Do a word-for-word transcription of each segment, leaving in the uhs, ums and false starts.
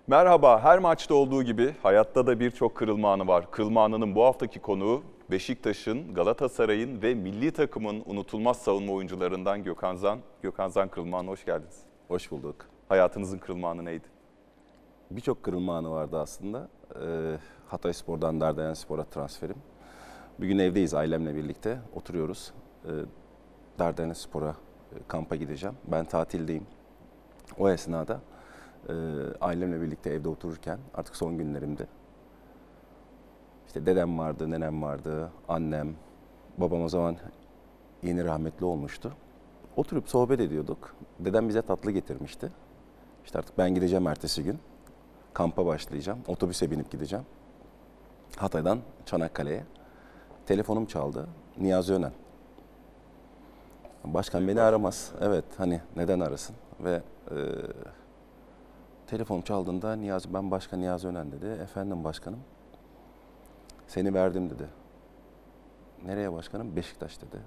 Merhaba, her maçta olduğu gibi hayatta da birçok kırılma anı var. Kırılma anının bu haftaki konuğu Beşiktaş'ın, Galatasaray'ın ve milli takımın unutulmaz savunma oyuncularından Gökhan Zan. Gökhan Zan, kırılma anı hoş geldiniz. Hoş bulduk. Hayatınızın kırılma anı neydi? Birçok kırılma anı vardı aslında. Ee, Hatayspor'dan Dardanelspor'a transferim. Bir gün evdeyiz ailemle birlikte, oturuyoruz. Ee, Dardanelspor'a e, kampa gideceğim. Ben tatildeyim. O esnada e, ailemle birlikte evde otururken artık son günlerimdi. İşte dedem vardı, nenem vardı, annem, babam o zaman yeni rahmetli olmuştu. Oturup sohbet ediyorduk. Dedem bize tatlı getirmişti. İşte artık ben gideceğim ertesi gün. Kampa başlayacağım. Otobüse binip gideceğim. Hatay'dan Çanakkale'ye. Telefonum çaldı. Niyazi Önen. Başkan beni aramaz. Evet, hani neden arasın? Ve e, telefonum çaldığında Niyazi, ben Başkan Niyazi Önen dedi. Efendim başkanım. Seni verdim dedi. Nereye başkanım? Beşiktaş dedi.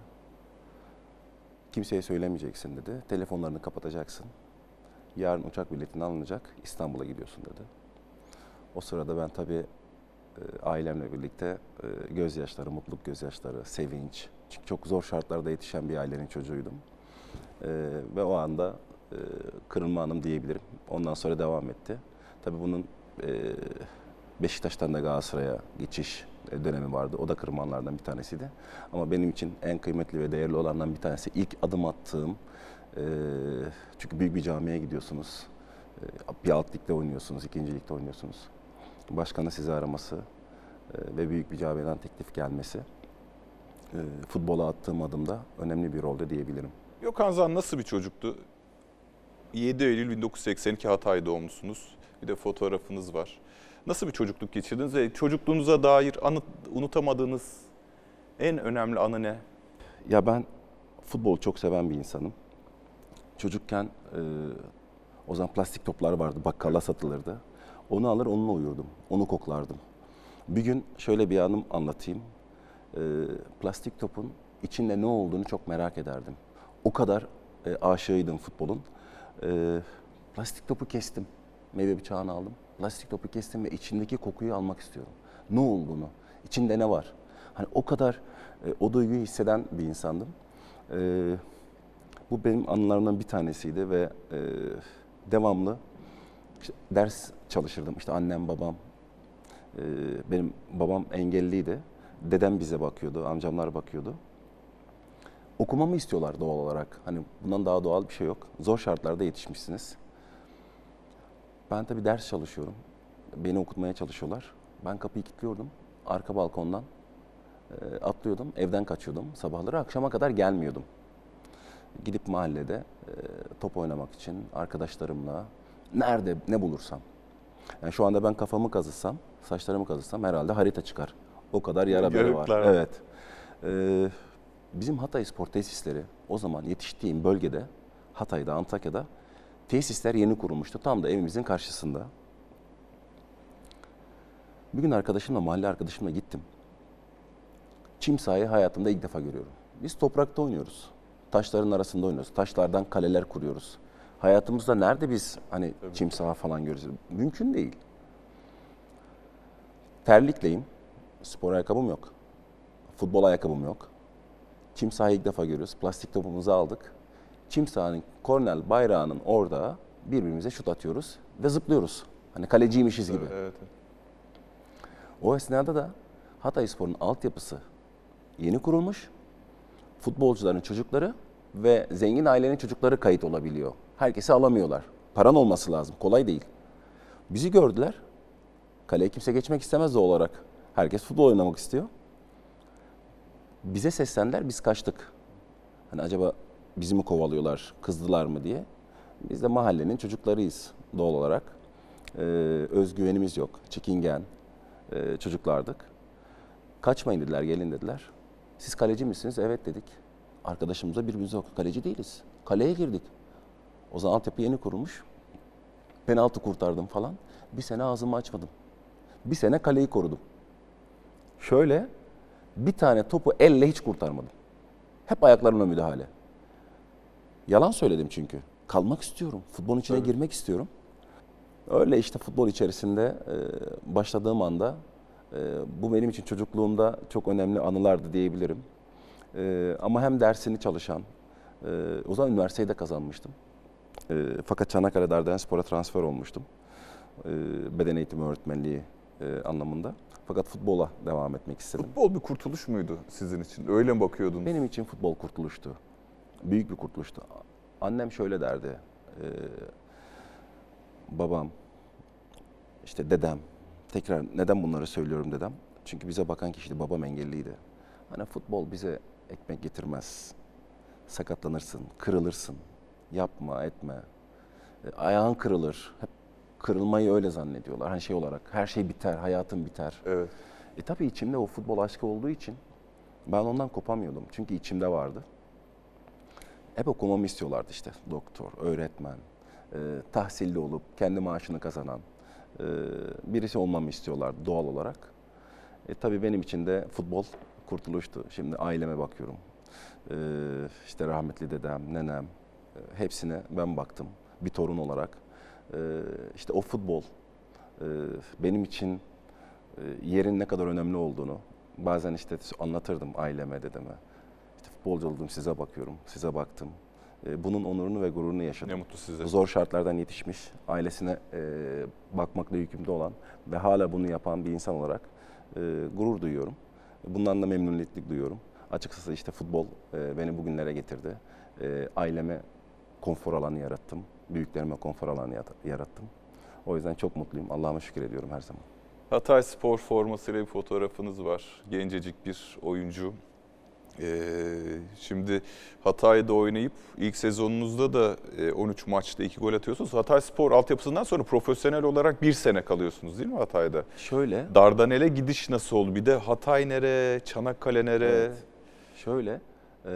Kimseye söylemeyeceksin dedi. Telefonlarını kapatacaksın. Yarın uçak biletin alınacak. İstanbul'a gidiyorsun dedi. O sırada ben tabii e, ailemle birlikte e, gözyaşları, mutluluk gözyaşları, sevinç. Çünkü çok zor şartlarda yetişen bir ailenin çocuğuydum. E, ve o anda e, kırılma anım diyebilirim. Ondan sonra devam etti. Tabii bunun e, Beşiktaş'tan da Galatasaray'a geçiş dönemi vardı. O da kırılma anlardan bir tanesiydi. Ama benim için en kıymetli ve değerli olanlardan bir tanesi ilk adım attığım. E, çünkü büyük bir camiye gidiyorsunuz. E, bir alt ligde oynuyorsunuz, ikinci ligde oynuyorsunuz. Başkanın sizi araması e, ve büyük bir camiden teklif gelmesi e, futbola attığım adımda önemli bir rolde diyebilirim. Gökhan Zan nasıl bir çocuktu? yedi Eylül bin dokuz yüz seksen iki Hatay doğumlusunuz. Bir de fotoğrafınız var. Nasıl bir çocukluk geçirdiniz ve çocukluğunuza dair anı, unutamadığınız en önemli anı ne? Ya ben futbolu çok seven bir insanım. Çocukken e, o zaman plastik toplar vardı, bakkala satılırdı. Onu alır onunla uyurdum, onu koklardım. Bir gün şöyle bir anım anlatayım. E, plastik topun içinde ne olduğunu çok merak ederdim. O kadar e, aşığıydım futbolun. E, plastik topu kestim, meyve bıçağını aldım. Plastik topu kestim ve içindeki kokuyu almak istiyorum. Ne olduğunu, içinde ne var? Hani o kadar e, o duyguyu hisseden bir insandım. E, bu benim anılarımdan bir tanesiydi ve e, devamlı işte ders çalışırdım. İşte annem, babam, e, benim babam engelliydi. Dedem bize bakıyordu, amcamlar bakıyordu. Okumamı istiyorlar doğal olarak. Hani bundan daha doğal bir şey yok. Zor şartlarda yetişmişsiniz. Ben tabii ders çalışıyorum. Beni okutmaya çalışıyorlar. Ben kapıyı kilitliyordum. Arka balkondan e, atlıyordum. Evden kaçıyordum. Sabahları akşama kadar gelmiyordum. Gidip mahallede e, top oynamak için arkadaşlarımla nerede ne bulursam. Yani şu anda ben kafamı kazısam, saçlarımı kazısam herhalde harita çıkar. O kadar yara bere var. Yarıklar. Evet. Ee, bizim Hatay Spor tesisleri o zaman yetiştiğim bölgede, Hatay'da, Antakya'da tesisler yeni kurulmuştu. Tam da evimizin karşısında. Bir gün arkadaşımla, mahalle arkadaşımla gittim. Çim sahayı hayatımda ilk defa görüyorum. Biz toprakta oynuyoruz. Taşların arasında oynuyoruz. Taşlardan kaleler kuruyoruz. Hayatımızda nerede biz hani Tabii. çim saha falan görürüz? Mümkün değil. Terlikleyim. Spor ayakkabım yok. Futbol ayakkabım yok. Çim sahayı ilk defa görüyoruz. Plastik topumuzu aldık. Çim sahanın kornel bayrağının orada birbirimize şut atıyoruz ve zıplıyoruz. Hani kaleciymişiz gibi. Evet, evet. O esnada da Hatayspor'un altyapısı yeni kurulmuş. Futbolcuların çocukları ve zengin ailenin çocukları kayıt olabiliyor. Herkesi alamıyorlar. Paran olması lazım. Kolay değil. Bizi gördüler. Kaleye kimse geçmek istemez doğal olarak. Herkes futbol oynamak istiyor. Bize seslendiler, biz kaçtık. Hani acaba bizi mi kovalıyorlar, kızdılar mı diye. Biz de mahallenin çocuklarıyız doğal olarak. Ee, özgüvenimiz yok, çekingen e, çocuklardık. Kaçmayın dediler, gelin dediler. Siz kaleci misiniz? Evet dedik. Arkadaşımıza birbirimize baktık, kaleci değiliz. Kaleye girdik. O zaman altyapı yeni kurulmuş. Penaltı kurtardım falan. Bir sene ağzımı açmadım. Bir sene kaleyi korudum. Şöyle bir tane topu elle hiç kurtarmadım. Hep ayaklarımla müdahale. Yalan söyledim çünkü. Kalmak istiyorum. Futbolun içine Tabii. girmek istiyorum. Öyle işte futbol içerisinde e, başladığım anda e, bu benim için çocukluğumda çok önemli anılardı diyebilirim. E, ama hem dersini çalışan, e, o zaman üniversiteyi de kazanmıştım. E, fakat Çanakkale Dardanelspor'a transfer olmuştum. E, beden eğitimi öğretmenliği e, anlamında. Fakat futbola devam etmek istedim. Futbol bir kurtuluş muydu sizin için? Öyle mi bakıyordunuz? Benim için futbol kurtuluştu. Büyük bir kurtuluştu. Annem şöyle derdi. E, babam, işte dedem. Tekrar neden bunları söylüyorum dedem? Çünkü bize bakan kişiydi. Babam engelliydi. Hani futbol bize ekmek getirmez. Sakatlanırsın, kırılırsın. Yapma, etme. E, ayağın kırılır. Hep kırılmayı öyle zannediyorlar. Hani şey olarak her şey biter, hayatın biter. Evet. E tabii içimde o futbol aşkı olduğu için ben ondan kopamıyordum. Çünkü içimde vardı. Hep okumamı istiyorlardı işte. Doktor, öğretmen, e, tahsilli olup kendi maaşını kazanan e, birisi olmamı istiyorlardı doğal olarak. E tabii benim için de futbol kurtuluştu. Şimdi aileme bakıyorum. E, işte rahmetli dedem, nenem, e, hepsine ben baktım bir torun olarak. E, işte o futbol e, benim için e, yerin ne kadar önemli olduğunu bazen işte anlatırdım aileme, dedeme. İşte futbolcu oldum, size bakıyorum, size baktım. E, bunun onurunu ve gururunu yaşadım. Ne mutlu size. Zor şartlardan yetişmiş, ailesine e, bakmakla yükümlü olan ve hala bunu yapan bir insan olarak e, gurur duyuyorum. Bundan da memnuniyetlik duyuyorum. Açıkçası işte futbol e, beni bugünlere getirdi. E, aileme konfor alanı yarattım, büyüklerime konfor alanı yarattım. O yüzden çok mutluyum. Allah'ıma şükür ediyorum her zaman. Hatay Spor formasıyla bir fotoğrafınız var. Gencecik bir oyuncu. Ee, şimdi Hatay'da oynayıp ilk sezonunuzda da on üç maçta iki gol atıyorsunuz. Hatay Spor altyapısından sonra profesyonel olarak bir sene kalıyorsunuz değil mi Hatay'da? Şöyle. Dardanel'e gidiş nasıl oldu? Bir de Hatay nere, Çanakkale nere? Evet. Şöyle. E,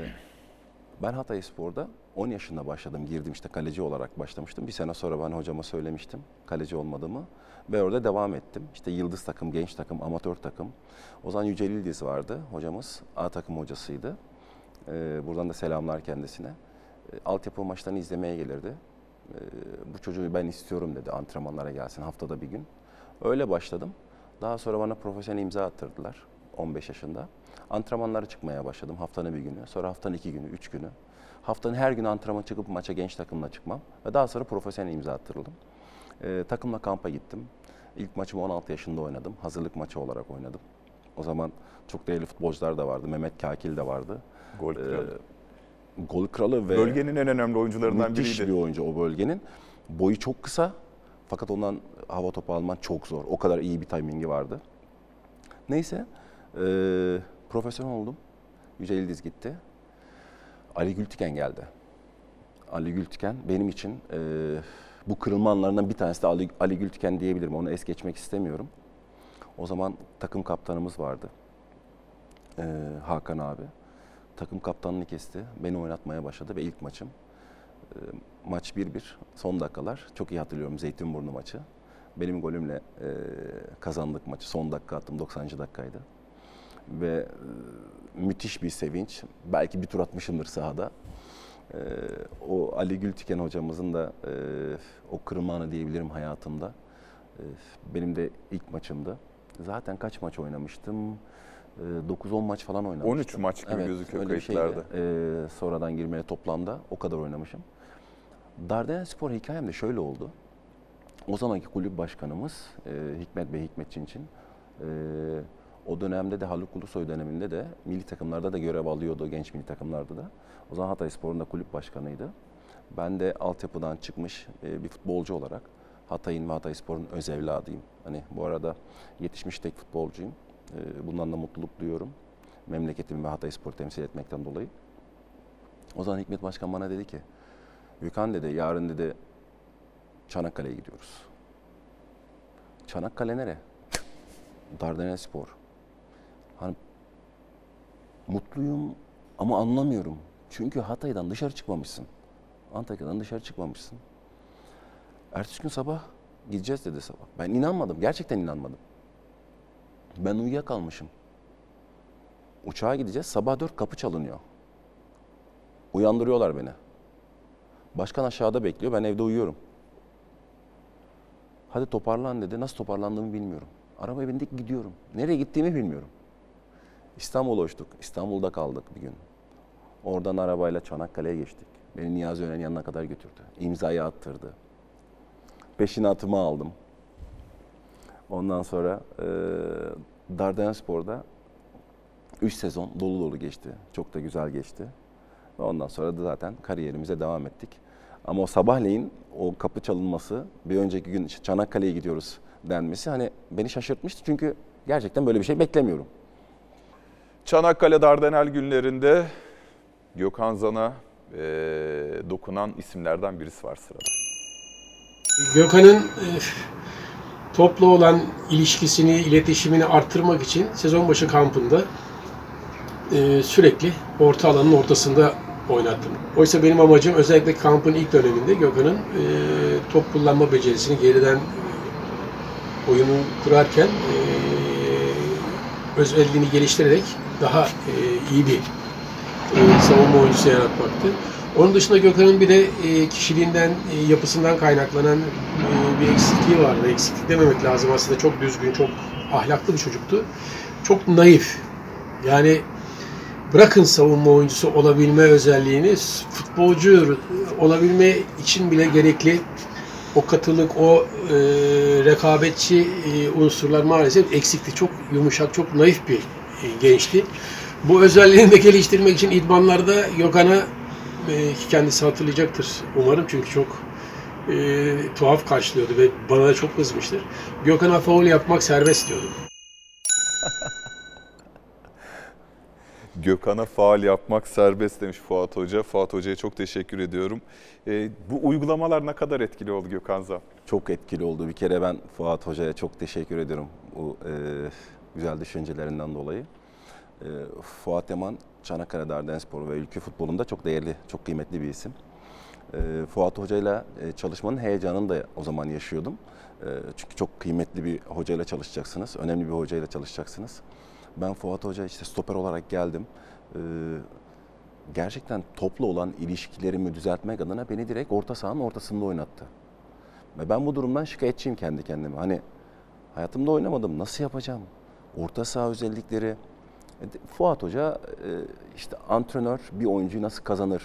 ben Hatay Spor'da on yaşında başladım. Girdim işte kaleci olarak başlamıştım. Bir sene sonra ben hocama söylemiştim kaleci olmadığımı. Ve orada devam ettim. İşte yıldız takım, genç takım, amatör takım. O zaman Yücel İldiz vardı hocamız. A takım hocasıydı. Ee, buradan da selamlar kendisine. Ee, altyapı maçlarını izlemeye gelirdi. Ee, bu çocuğu ben istiyorum dedi. Antrenmanlara gelsin haftada bir gün. Öyle başladım. Daha sonra bana profesyonel imza attırdılar. on beş yaşında. Antrenmanlara çıkmaya başladım haftanın bir günü. Sonra haftanın iki günü, üç günü. Haftanın her gün antrenman çıkıp maça genç takımla çıkmam. Ve daha sonra profesyonel imza attırıldım. Ee, takımla kampa gittim. İlk maçımı on altı yaşında oynadım. Hazırlık maçı olarak oynadım. O zaman çok değerli futbolcular da vardı. Mehmet Kakil de vardı. Gol kralı. Ee, gol kralı ve Bölgenin en önemli oyuncularından biriydi. müthiş bir oyuncu o bölgenin. Boyu çok kısa fakat ondan hava topu alman çok zor. O kadar iyi bir timingi vardı. Neyse e, profesyonel oldum. Yücel İldiz gitti. Ali Gültiken geldi. Ali Gültiken benim için e, bu kırılma anlarından bir tanesi de Ali, Ali Gültiken diyebilirim. Onu es geçmek istemiyorum. O zaman takım kaptanımız vardı. E, Hakan abi. Takım kaptanını kesti. Beni oynatmaya başladı ve ilk maçım. E, maç bir bir. Son dakikalar. Çok iyi hatırlıyorum Zeytinburnu maçı. Benim golümle e, kazandık maçı. Son dakika attım. doksanıncı dakikaydı. Ve e, müthiş bir sevinç. Belki bir tur atmışımdır sahada. Ee, o Ali Gültiken hocamızın da e, o kırılma anı diyebilirim hayatımda. E, benim de ilk maçımdı. Zaten kaç maç oynamıştım? E, dokuz on maç falan oynamıştım. on üç maç gibi evet, gözüküyor öyle bir kayıtlarda. şeydi. E, sonradan girmeye toplamda o kadar oynamışım. Dardanelspor hikayem de şöyle oldu. O zamanki kulüp başkanımız e, Hikmet Bey, Hikmet Çinçin. E, o dönemde de Haluk Ulusoy döneminde de milli takımlarda da görev alıyordu, genç milli takımlarda da. O zaman Hatayspor'un da kulüp başkanıydı. Ben de altyapıdan çıkmış e, bir futbolcu olarak Hatay'ın ve Hatayspor'un öz evladıyım. Hani bu arada yetişmiş tek futbolcuyum. E, bundan da mutluluk duyuyorum. Memleketimi ve Hatayspor'u temsil etmekten dolayı. O zaman Hikmet Başkan bana dedi ki, Gökhan dedi, yarın dedi Çanakkale'ye gidiyoruz. Çanakkale nere? Dardanelspor. Hani mutluyum ama anlamıyorum. Çünkü Hatay'dan dışarı çıkmamışsın. Antakya'dan dışarı çıkmamışsın. Ertesi gün sabah gideceğiz dedi sabah. Ben inanmadım. Gerçekten inanmadım. Ben uyuyakalmışım. Uçağa gideceğiz. Sabah dört kapı çalınıyor. Uyandırıyorlar beni. Başkan aşağıda bekliyor. Ben evde uyuyorum. Hadi toparlan dedi. Nasıl toparlandığımı bilmiyorum. Arabaya bindik gidiyorum. Nereye gittiğimi bilmiyorum. İstanbul'a uçtuk. İstanbul'da kaldık bir gün. Oradan arabayla Çanakkale'ye geçtik. Beni Niyazi Önen'in yanına kadar götürdü. İmzayı attırdı. Peşinatımı aldım. Ondan sonra e, Dardanelspor'da üç sezon dolu dolu geçti. Çok da güzel geçti. Ve ondan sonra da zaten kariyerimize devam ettik. Ama o sabahleyin o kapı çalınması, bir önceki gün işte Çanakkale'ye gidiyoruz denmesi hani beni şaşırtmıştı. Çünkü gerçekten böyle bir şey beklemiyorum. Çanakkale Dardanel günlerinde Gökhan Zan'a e, dokunan isimlerden birisi var sırada. Gökhan'ın e, topla olan ilişkisini, iletişimini arttırmak için sezon başı kampında e, sürekli orta alanın ortasında oynattım. Oysa benim amacım özellikle kampın ilk döneminde Gökhan'ın e, top kullanma becerisini geriden e, oyunu kurarken e, özelliğini geliştirerek daha e, iyi bir e, savunma oyuncusu yaratmaktı. Onun dışında Gökhan'ın bir de e, kişiliğinden, e, yapısından kaynaklanan e, bir eksikliği vardı. Eksiklik dememek lazım aslında. Çok düzgün, çok ahlaklı bir çocuktu. Çok naif. Yani bırakın savunma oyuncusu olabilme özelliğini, futbolcu olabilme için bile gerekli o katılık, o e, rekabetçi e, unsurlar maalesef eksikti. Çok yumuşak, çok naif bir e, gençti. Bu özelliğini de geliştirmek için idmanlarda Gökhan'a e, kendisi hatırlayacaktır umarım çünkü çok e, tuhaf karşılıyordu ve bana da çok kızmıştır. Gökhan'a faul yapmak serbest diyordu. Gökhan'a faul yapmak serbest demiş Fuat Hoca. Fuat Hoca'ya çok teşekkür ediyorum. E, bu uygulamalar ne kadar etkili oldu Gökhan Zan? Çok etkili oldu. Bir kere ben Fuat Hoca'ya çok teşekkür ediyorum bu e, güzel düşüncelerinden dolayı. E, Fuat Yaman, Çanakkale Dardanelspor ve ülke futbolunda çok değerli, çok kıymetli bir isim. E, Fuat Hoca'yla e, çalışmanın heyecanını da o zaman yaşıyordum. E, çünkü çok kıymetli bir hocayla çalışacaksınız, önemli bir hocayla çalışacaksınız. Ben Fuat Hoca işte stoper olarak geldim. E, gerçekten topla olan ilişkilerimi düzeltmek adına beni direkt orta sahanın ortasında oynattı. Ve ben bu durumdan şikayetçiyim kendi kendime. Hani hayatımda oynamadım, nasıl yapacağım? Orta saha özellikleri. Fuat Hoca işte antrenör bir oyuncuyu nasıl kazanır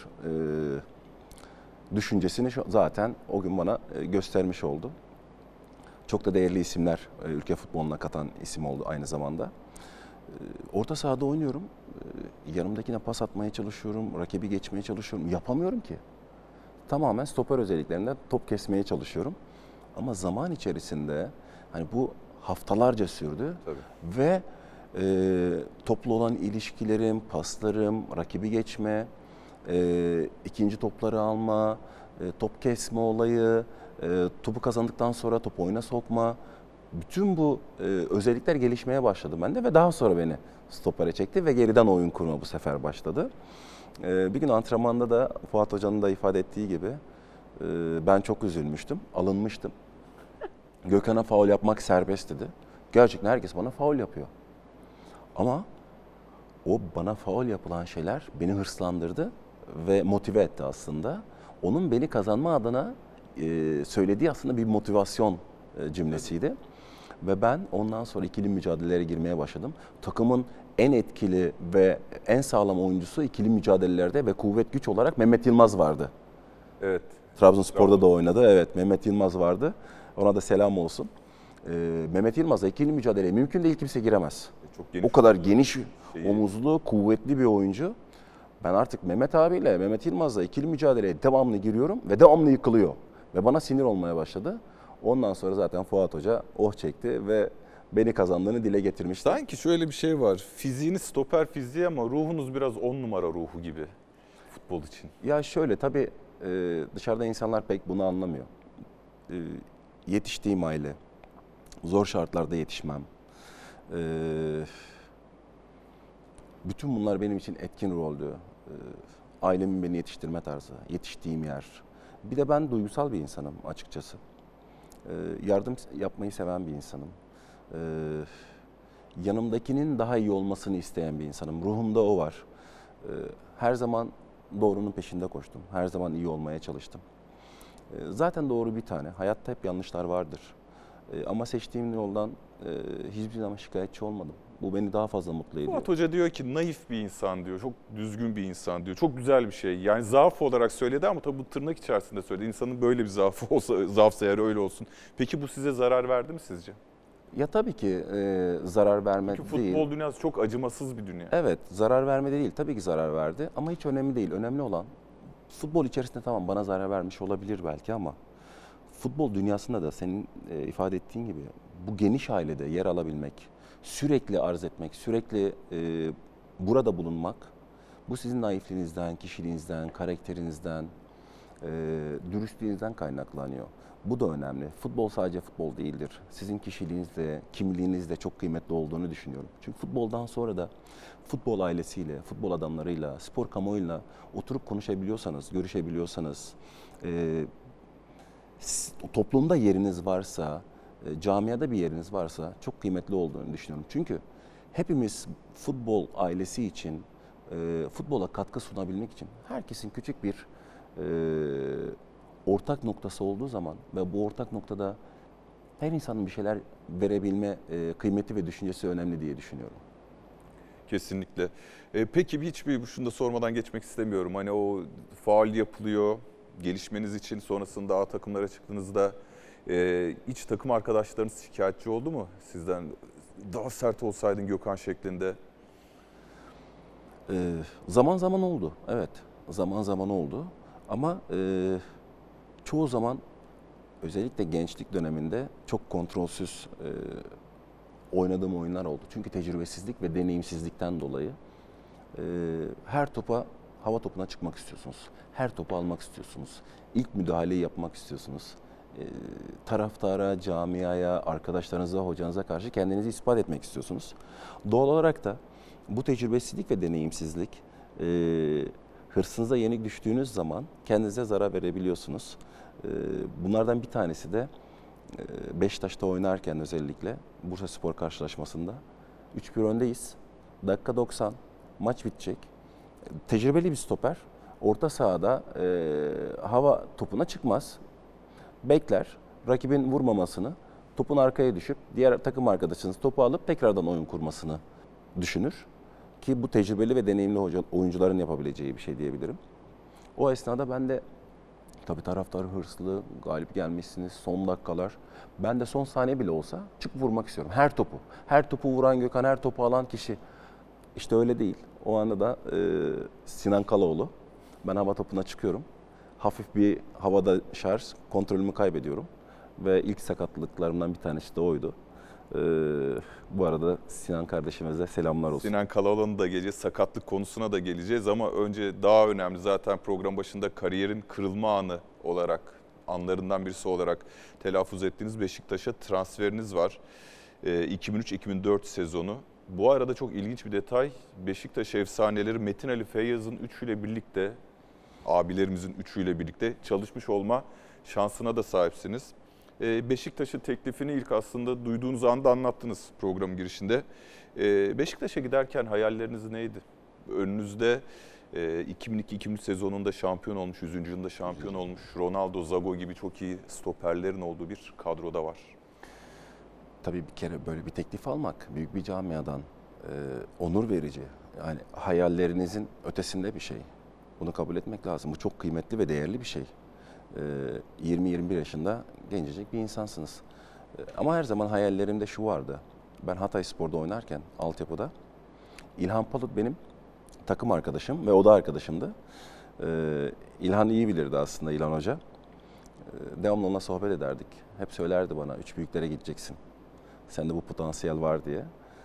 düşüncesini zaten o gün bana göstermiş oldu. Çok da değerli isimler ülke futboluna katan isim oldu aynı zamanda. Orta sahada oynuyorum. Yanımdakine pas atmaya çalışıyorum, rakibi geçmeye çalışıyorum. Yapamıyorum ki. Tamamen stoper özelliklerinde top kesmeye çalışıyorum. Ama zaman içerisinde hani bu haftalarca sürdü. Tabii. Ve e, topla olan ilişkilerim, paslarım, rakibi geçme, e, ikinci topları alma, e, top kesme olayı, e, topu kazandıktan sonra topu oyuna sokma. Bütün bu e, özellikler gelişmeye başladı bende ve daha sonra beni stopere çekti ve geriden oyun kurma bu sefer başladı. E, bir gün antrenmanda da Fuat Hoca'nın da ifade ettiği gibi e, ben çok üzülmüştüm, alınmıştım. Gökhan'a faul yapmak serbest dedi. Gerçekten herkes bana faul yapıyor. Ama o bana faul yapılan şeyler beni hırslandırdı ve motive etti aslında. Onun beni kazanma adına e, söylediği aslında bir motivasyon e, cümlesiydi. Ve ben ondan sonra ikili mücadelelere girmeye başladım. Takımın en etkili ve en sağlam oyuncusu ikili mücadelelerde ve kuvvet güç olarak Mehmet Yılmaz vardı. Evet. Trabzonspor'da da oynadı. Evet, Mehmet Yılmaz vardı. Ona da selam olsun. Ee, Mehmet Yılmaz'la ikili mücadeleye mümkün değil, kimse giremez. Çok geniş o kadar geniş, şeyi... omuzlu, kuvvetli bir oyuncu. Ben artık Mehmet abiyle, Mehmet Yılmaz'la ikili mücadeleye devamlı giriyorum ve devamlı yıkılıyor. Ve bana sinir olmaya başladı. Ondan sonra zaten Fuat Hoca oh çekti ve beni kazandığını dile getirmişti. Sanki şöyle bir şey var. Fiziğiniz stoper fiziği ama ruhunuz biraz on numara ruhu gibi futbol için. Ya şöyle tabii dışarıda insanlar pek bunu anlamıyor. Yetiştiğim aile, zor şartlarda yetişmem. Bütün bunlar benim için etkin roldü. Ailemin beni yetiştirme tarzı, yetiştiğim yer. Bir de ben duygusal bir insanım açıkçası. Yardım yapmayı seven bir insanım. Yanımdakinin daha iyi olmasını isteyen bir insanım. Ruhumda o var. Her zaman doğrunun peşinde koştum. Her zaman iyi olmaya çalıştım. Zaten doğru bir tane. Hayatta hep yanlışlar vardır. E, ama seçtiğim yoldan e, hiçbir zaman şikayetçi olmadım. Bu beni daha fazla mutlu ediyor. Fuat Hoca diyor ki naif bir insan diyor, çok düzgün bir insan diyor, çok güzel bir şey. Yani zaaf olarak söyledi ama tabii bu tırnak içerisinde söyledi. İnsanın böyle bir zaafı olsa, zaafsa eğer öyle olsun. Peki bu size zarar verdi mi sizce? Ya tabii ki e, zarar verme Çünkü değil. futbol dünyası çok acımasız bir dünya. Evet, zarar verme değil. Tabii ki zarar verdi ama hiç önemli değil. Önemli olan futbol içerisinde tamam bana zarar vermiş olabilir belki ama futbol dünyasında da senin e, ifade ettiğin gibi bu geniş ailede yer alabilmek, sürekli arz etmek, sürekli e, burada bulunmak bu sizin naifliğinizden, kişiliğinizden, karakterinizden, e, dürüstlüğünüzden kaynaklanıyor. Bu da önemli. Futbol sadece futbol değildir. Sizin kişiliğinizle, kimliğinizle çok kıymetli olduğunu düşünüyorum. Çünkü futboldan sonra da futbol ailesiyle, futbol adamlarıyla, spor kamuoyuyla oturup konuşabiliyorsanız, görüşebiliyorsanız, e, toplumda yeriniz varsa, e, camiada bir yeriniz varsa çok kıymetli olduğunu düşünüyorum. Çünkü hepimiz futbol ailesi için, e, futbola katkı sunabilmek için herkesin küçük bir e, ortak noktası olduğu zaman ve bu ortak noktada her insanın bir şeyler verebilme e, kıymeti ve düşüncesi önemli diye düşünüyorum. Kesinlikle. E, peki hiçbir şunu da sormadan geçmek istemiyorum. Hani o faul yapılıyor, gelişmeniz için sonrasında A takımlara çıktığınızda e, iç takım arkadaşlarınız şikayetçi oldu mu sizden? Daha sert olsaydın Gökhan şeklinde. E, zaman zaman oldu, evet. Zaman zaman oldu ama e, çoğu zaman özellikle gençlik döneminde çok kontrolsüz e, oynadığım oyunlar oldu. Çünkü tecrübesizlik ve deneyimsizlikten dolayı e, her topa, hava topuna çıkmak istiyorsunuz. Her topu almak istiyorsunuz. İlk müdahaleyi yapmak istiyorsunuz. E, taraftara, camiaya, arkadaşlarınıza, hocanıza karşı kendinizi ispat etmek istiyorsunuz. Doğal olarak da bu tecrübesizlik ve deneyimsizlik e, hırsınıza yenik düştüğünüz zaman kendinize zarar verebiliyorsunuz. Bunlardan bir tanesi de Beşiktaş'ta oynarken özellikle Bursaspor karşılaşmasında üç bir öndeyiz. Dakika doksan maç bitecek. Tecrübeli bir stoper orta sahada e, hava topuna çıkmaz. Bekler rakibin vurmamasını, topun arkaya düşüp diğer takım arkadaşınız topu alıp tekrardan oyun kurmasını düşünür. Ki bu tecrübeli ve deneyimli hoca, oyuncuların yapabileceği bir şey diyebilirim. O esnada ben de tabii taraftar hırslı, galip gelmişsiniz, son dakikalar. Ben de son saniye bile olsa çıkıp vurmak istiyorum. Her topu. Her topu vuran Gökhan, her topu alan kişi. İşte öyle değil. O anda da e, Sinan Kalaoğlu. Ben hava topuna çıkıyorum. Hafif bir havada şarj, kontrolümü kaybediyorum. Ve ilk sakatlıklarımdan bir tanesi de oydu. Ee, bu arada Sinan kardeşimize selamlar olsun. Sinan Kalaoğlu'na da geleceğiz, sakatlık konusuna da geleceğiz ama önce daha önemli zaten program başında kariyerin kırılma anı olarak, anlarından birisi olarak telaffuz ettiğiniz Beşiktaş'a transferiniz var. Ee, iki bin üç iki bin dört sezonu. Bu arada çok ilginç bir detay, Beşiktaş efsaneleri Metin Ali Feyyaz'ın üçüyle birlikte, abilerimizin üçüyle birlikte çalışmış olma şansına da sahipsiniz. Beşiktaş'ın teklifini ilk aslında duyduğunuz anda anlattınız programın girişinde. Beşiktaş'a giderken hayalleriniz neydi? Önünüzde iki bin iki iki bin üç sezonunda şampiyon olmuş, yüzüncü yılında şampiyon olmuş Ronaldo, Zago gibi çok iyi stoperlerin olduğu bir kadroda var. Tabii bir kere böyle bir teklif almak büyük bir camiadan e, onur verici. Yani hayallerinizin ötesinde bir şey. Bunu kabul etmek lazım. Bu çok kıymetli ve değerli bir şey. yirmi yirmi bir yaşında gencecik bir insansınız. Ama her zaman hayallerimde şu vardı. Ben Hatayspor'da oynarken altyapıda İlhan Palut benim takım arkadaşım ve o da arkadaşımdı. İlhan iyi bilirdi aslında, İlhan Hoca. Devamlı onunla sohbet ederdik. Hep söylerdi bana üç büyüklere gideceksin. Sende bu potansiyel var diye.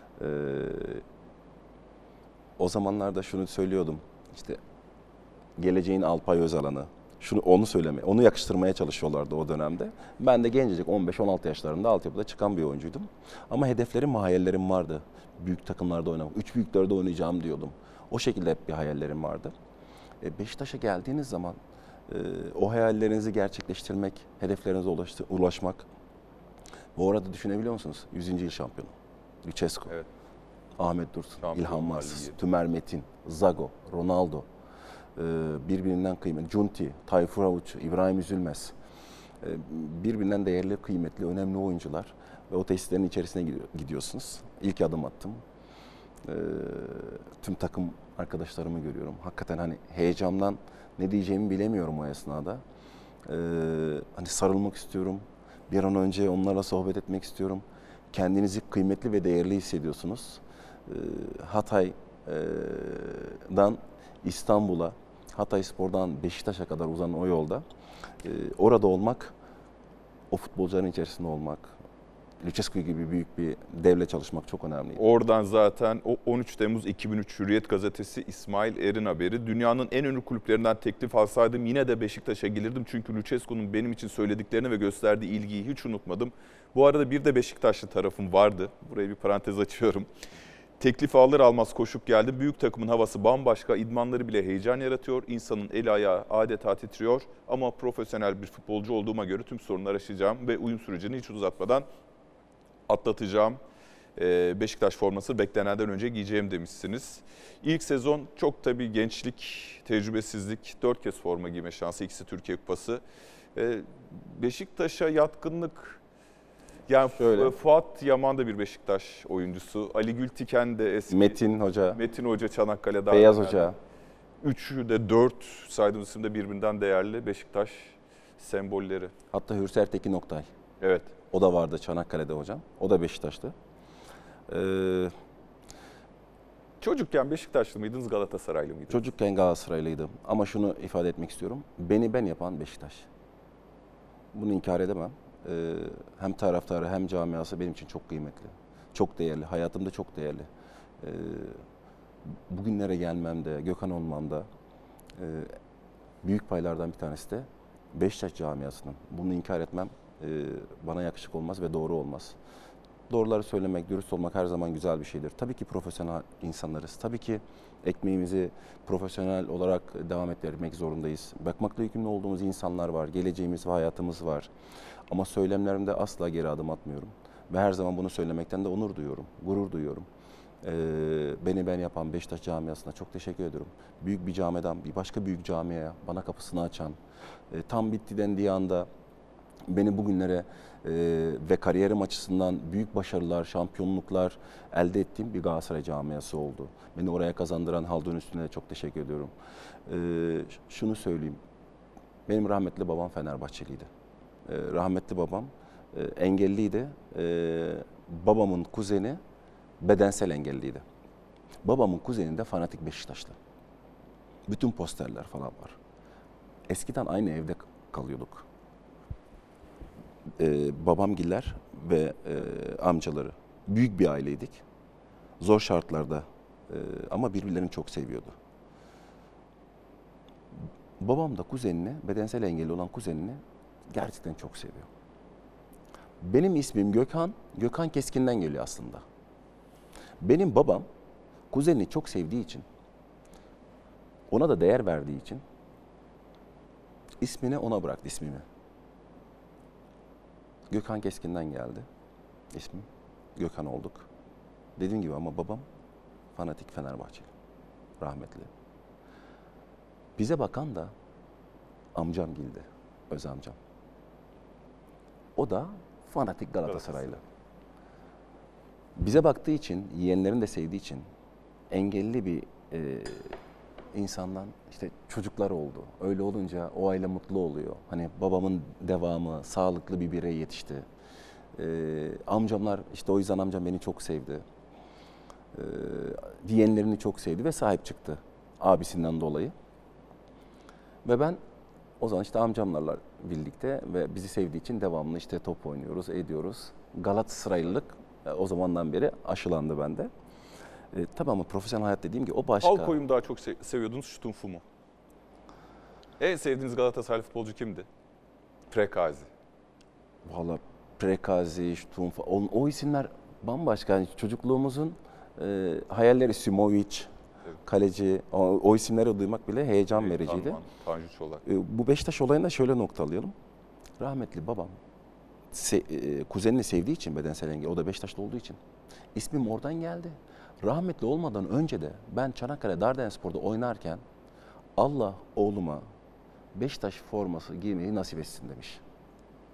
O zamanlarda şunu söylüyordum. İşte geleceğin Alpay Özalan'ı. Şunu onu söyleme, onu yakıştırmaya çalışıyorlardı o dönemde. Ben de gencecik on beş on altı yaşlarında altyapıda çıkan bir oyuncuydum. Ama hedeflerim, hayallerim vardı. Büyük takımlarda oynamak, üç büyüklerde oynayacağım diyordum. O şekilde hep bir hayallerim vardı. E, Beşiktaş'a geldiğiniz zaman e, o hayallerinizi gerçekleştirmek, hedeflerinize ulaştı, ulaşmak. Bu arada düşünebiliyor musunuz? yüzüncü yıl şampiyonu. Lucescu, Evet. Ahmet Dursun, Şampiyon İlhan Marsız, Ligi. Tümer Metin, Zago, Ronaldo. Birbirinden kıymetli. Cunti, Tayfur Avuç, İbrahim Üzülmez. e, birbirinden değerli, kıymetli, önemli oyuncular ve o tesislerin içerisine gidiyorsunuz. İlk adım attım. E, tüm takım arkadaşlarımı görüyorum. Hakikaten hani heyecandan ne diyeceğimi bilemiyorum o esnada. E, hani sarılmak istiyorum. Bir an önce onlarla sohbet etmek istiyorum. Kendinizi kıymetli ve değerli hissediyorsunuz. E, Hatay'dan İstanbul'a, Hatayspor'dan Beşiktaş'a kadar uzanan o yolda e, orada olmak, o futbolcuların içerisinde olmak, Lucescu gibi büyük bir devle çalışmak çok önemli. Oradan zaten o on üç Temmuz iki bin üç Hürriyet gazetesi İsmail Er'in haberi. Dünyanın en ünlü kulüplerinden teklif alsaydım yine de Beşiktaş'a gelirdim. Çünkü Lucescu'nun benim için söylediklerini ve gösterdiği ilgiyi hiç unutmadım. Bu arada bir de Beşiktaşlı tarafım vardı. Buraya bir parantez açıyorum. Teklifi alır almaz koşup geldim. Büyük takımın havası bambaşka. İdmanları bile heyecan yaratıyor. İnsanın eli ayağı adeta titriyor. Ama profesyonel bir futbolcu olduğuma göre tüm sorunları aşacağım ve uyum sürecini hiç uzatmadan atlatacağım. Beşiktaş forması beklenenden önce giyeceğim demişsiniz. İlk sezon çok tabii gençlik, tecrübesizlik, dört kez forma giyme şansı, ikisi Türkiye Kupası. Beşiktaş'a yatkınlık, yani Şöyle. Fuat Yaman da bir Beşiktaş oyuncusu, Ali Gültiken de eski. Metin Hoca, Metin Hoca Çanakkale'de. Beyaz Hoca. Üçü de dört saydığım isimde birbirinden değerli Beşiktaş sembolleri. Hatta Hürser Tekin Oktay. Evet. O da vardı Çanakkale'de hocam. O da Beşiktaş'tı. Ee, Çocukken Beşiktaşlı mıydınız, Galatasaraylı mıydınız? çocukken Galatasaraylıydım. Ama şunu ifade etmek istiyorum. Beni ben yapan Beşiktaş. Bunu inkar edemem. Ee, hem taraftarı hem camiası benim için çok kıymetli. Çok değerli. Hayatımda çok değerli. Ee, bugünlere gelmemde, Gökhan olmamda e, büyük paylardan bir tanesi de Beşiktaş camiasının. Bunu inkar etmem e, bana yakışık olmaz ve doğru olmaz. Doğruları söylemek, dürüst olmak her zaman güzel bir şeydir. Tabii ki profesyonel insanlarız. Tabii ki ekmeğimizi profesyonel olarak devam ettirmek zorundayız. Bakmakla yükümlü olduğumuz insanlar var, geleceğimiz ve hayatımız var. Ama söylemlerimde asla geri adım atmıyorum. Ve her zaman bunu söylemekten de onur duyuyorum, gurur duyuyorum. Ee, beni ben yapan Beşiktaş camiasına çok teşekkür ediyorum. Büyük bir camiden bir başka büyük camiye bana kapısını açan, e, tam bitti dendiği anda beni bugünlere e, ve kariyerim açısından büyük başarılar, şampiyonluklar elde ettiğim bir Galatasaray camiası oldu. Beni oraya kazandıran Haldun Üstün'e çok teşekkür ediyorum. E, şunu söyleyeyim, benim rahmetli babam Fenerbahçeliydi. E, rahmetli babam e, engelliydi. E, babamın kuzeni bedensel engelliydi. Babamın kuzeni de fanatik Beşiktaşlı. Bütün posterler falan var. Eskiden aynı evde kalıyorduk. Ee, babamgiller ve e, amcaları. Büyük bir aileydik. Zor şartlarda e, ama birbirlerini çok seviyordu. Babam da kuzenini, bedensel engelli olan kuzenini gerçekten çok seviyor. Benim ismim Gökhan, Gökhan Keskin'den geliyor aslında. Benim babam kuzenini çok sevdiği için, ona da değer verdiği için ismini ona bıraktı, ismimi. Gökhan Keskin'den geldi ismim. Gökhan olduk. Dediğim gibi ama babam fanatik Fenerbahçeli. Rahmetli. Bize bakan da amcam Gildi. Öz amcam. O da fanatik Galatasaraylı. Bize baktığı için, yeğenlerini de sevdiği için engelli bir e, insandan işte çocuklar oldu. Öyle olunca o aile mutlu oluyor. Hani babamın devamı, sağlıklı bir birey yetişti. Ee, amcamlar, işte o yüzden amcam beni çok sevdi. Ee, yeğenlerini çok sevdi ve sahip çıktı abisinden dolayı. Ve ben o zaman işte amcamlarla birlikte ve bizi sevdiği için devamlı işte top oynuyoruz, ediyoruz. Galatasaraylılık o zamandan beri aşılandı bende. E, tabii ama profesyonel hayat dediğim gibi o başka. Halkoyu mu daha çok se- seviyordunuz, Şutunfu mu? En sevdiğiniz Galatasaray futbolcu kimdi? Prekazi. Valla Prekazi, Şutunfa, o, o isimler bambaşka. Yani çocukluğumuzun e, hayalleri, Simovic, Evet. kaleci, o, o isimleri duymak bile heyecan vericiydi. Arman, Tanju Çolak. E, bu Beşiktaş olayında şöyle noktalayalım. Rahmetli babam se, e, kuzenini sevdiği için, bedensel engel, o da Beşiktaş'ta olduğu için ismim oradan geldi. Rahmetli olmadan önce de ben Çanakkale Dardanelspor'da oynarken Allah oğluma Beşiktaş forması giymeyi nasip etsin demiş.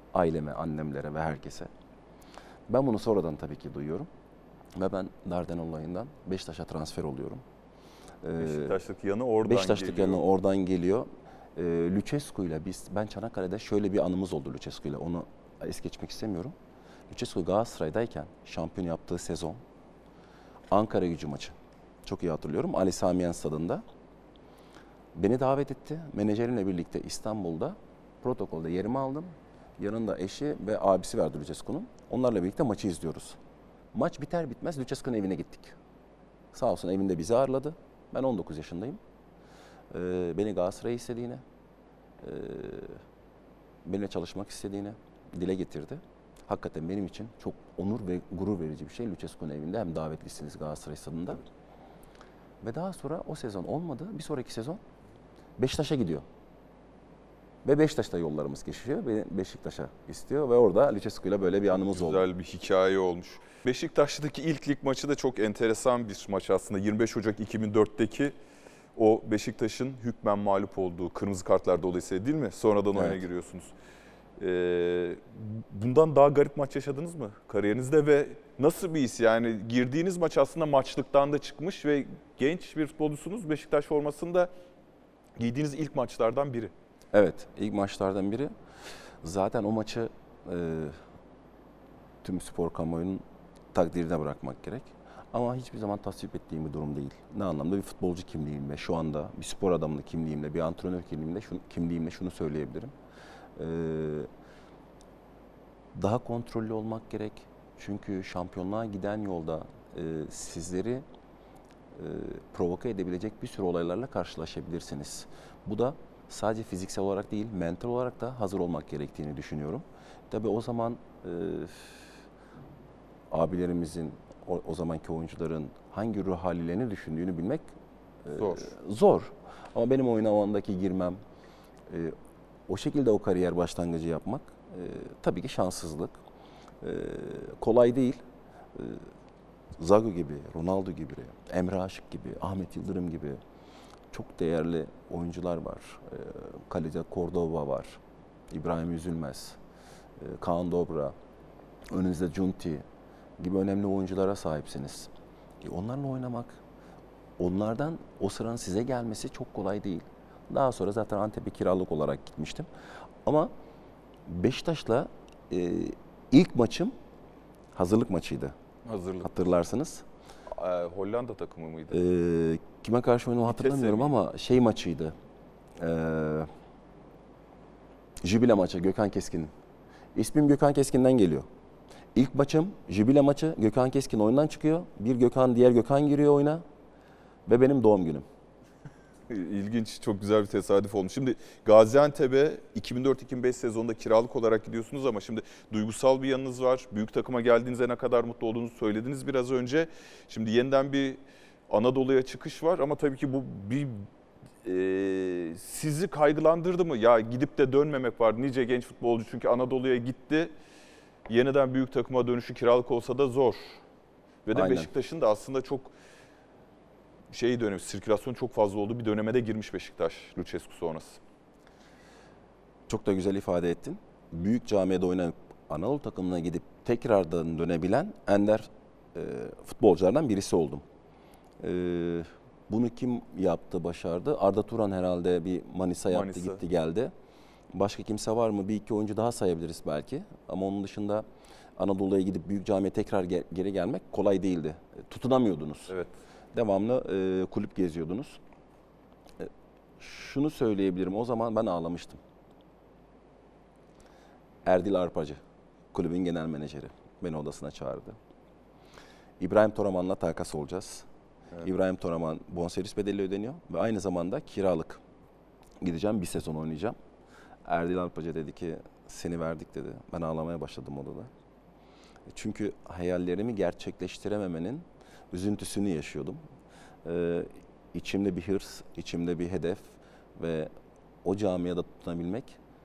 Aileme, annemlere ve herkese. Ben bunu sonradan tabii ki duyuyorum. Ve ben Darden olayından Beşiktaş'a transfer oluyorum. Ee, Beşiktaş'taki yanı oradan Beşiktaş'taki geliyor. yanı oradan geliyor. Ee, Lucescu ile biz, ben Çanakkale'de şöyle bir anımız oldu Lucescu ile. Onu es geçmek istemiyorum. Lucescu Galatasaray'dayken şampiyon yaptığı sezon Ankara Gücü maçı. Çok iyi hatırlıyorum. Ali Sami Yen stadında. Beni davet etti. Menajerimle birlikte İstanbul'da protokolde yerimi aldım. Yanında eşi ve abisi vardı Lucescu'nun. Onlarla birlikte maçı izliyoruz. Maç biter bitmez Lucescu'nun evine gittik. Sağ olsun evinde bizi ağırladı. Ben on dokuz yaşındayım. Ee, beni Galatasaray'a istediğini, e, benimle çalışmak istediğini dile getirdi. Hakikaten benim için çok onur ve gurur verici bir şey. Lucescu'nun evinde hem davetlisiniz Galatasaray stadında. Ve daha sonra o sezon olmadı. Bir sonraki sezon Beşiktaş'a gidiyor. Ve Beşiktaş'ta yollarımız geçiyor. Beni Beşiktaş'a istiyor ve orada Lucescu ile böyle bir anımız oldu. Güzel bir hikaye olmuş. Beşiktaş'taki ilk lig maçı da çok enteresan bir maç aslında. yirmi beş Ocak iki bin dörtteki o Beşiktaş'ın hükmen mağlup olduğu kırmızı kartlar dolayısıyla değil mi? Sonradan oyuna Evet. giriyorsunuz. Ee, bundan daha garip maç yaşadınız mı kariyerinizde ve nasıl bir his? Yani girdiğiniz maç aslında maçlıktan da çıkmış ve genç bir futbolcusunuz. Beşiktaş formasında giydiğiniz ilk maçlardan biri. Evet, ilk maçlardan biri. Zaten o maçı e, tüm spor kamuoyunun takdirine bırakmak gerek. Ama hiçbir zaman tasvip ettiğim bir durum değil. Ne anlamda? Bir futbolcu kimliğimle, şu anda bir spor adamı kimliğimle, bir antrenör kimliğimle şunu, kimliğimle şunu söyleyebilirim. Ee, daha kontrollü olmak gerek. Çünkü şampiyonluğa giden yolda e, sizleri e, provoke edebilecek bir sürü olaylarla karşılaşabilirsiniz. Bu da sadece fiziksel olarak değil, mental olarak da hazır olmak gerektiğini düşünüyorum. Tabii o zaman e, abilerimizin, o, o zamanki oyuncuların hangi ruh halilerini düşündüğünü bilmek e, Zor. zor. Ama benim oyuna o andaki girmem, e, o şekilde o kariyer başlangıcı yapmak e, tabii ki şanssızlık. E, kolay değil. E, Zago gibi, Ronaldo gibi, Emre Aşık gibi, Ahmet Yıldırım gibi çok değerli oyuncular var. E, kalede Cordoba var, İbrahim Üzülmez, e, Kaan Dobra, önünüzde Cunti gibi önemli oyunculara sahipsiniz. E, onlarla oynamak, onlardan o sıranın size gelmesi çok kolay değil. Daha sonra zaten Antep'e kiralık olarak gitmiştim. Ama Beşiktaş'la e, ilk maçım hazırlık maçıydı. Hazırlık. Hatırlarsınız. Ee, Hollanda takımı mıydı? E, kime karşı oynadığımı hatırlamıyorum miydi? ama şey maçıydı. E, Jübile maçı Gökhan Keskin'in. İsmim Gökhan Keskin'den geliyor. İlk maçım Jübile maçı. Gökhan Keskin oyundan çıkıyor. Bir Gökhan, diğer Gökhan giriyor oyuna. Ve benim doğum günüm. İlginç, çok güzel bir tesadüf olmuş. Şimdi Gaziantep'e iki bin dört iki bin beş sezonunda kiralık olarak gidiyorsunuz ama şimdi duygusal bir yanınız var. Büyük takıma geldiğinizde ne kadar mutlu olduğunuzu söylediniz biraz önce. Şimdi yeniden bir Anadolu'ya çıkış var ama tabii ki bu bir e, sizi kaygılandırdı mı? Ya gidip de dönmemek var. Nice genç futbolcu çünkü Anadolu'ya gitti. Yeniden büyük takıma dönüşü kiralık olsa da zor. Ve de Aynen. Beşiktaş'ın da aslında çok şey dönemi, sirkülasyon çok fazla olduğu bir döneme de girmiş Beşiktaş Lucescu sonrası. Çok da güzel ifade ettin. Büyük camiada oynayıp Anadolu takımına gidip tekrardan dönebilen ender e, futbolculardan birisi oldum. E, bunu kim yaptı, başardı? Arda Turan herhalde bir Manisa yaptı, Manisa. gitti geldi. Başka kimse var mı? Bir iki oyuncu daha sayabiliriz belki. Ama onun dışında Anadolu'ya gidip büyük camiye tekrar ge- geri gelmek kolay değildi. E, tutunamıyordunuz. Evet. Devamlı e, kulüp geziyordunuz. E, şunu söyleyebilirim, o zaman ben ağlamıştım. Erdil Arpacı, kulübün genel menajeri, beni odasına çağırdı. İbrahim Toraman'la takas olacağız. Evet. İbrahim Toraman bonservis bedeli ödeniyor ve aynı zamanda kiralık. Gideceğim, bir sezon oynayacağım. Erdil Arpacı dedi ki, seni verdik dedi. Ben ağlamaya başladım odada. Çünkü hayallerimi gerçekleştirememenin üzüntüsünü yaşıyordum. Ee, içimde bir hırs, içimde bir hedef ve o camiada tutunabilmek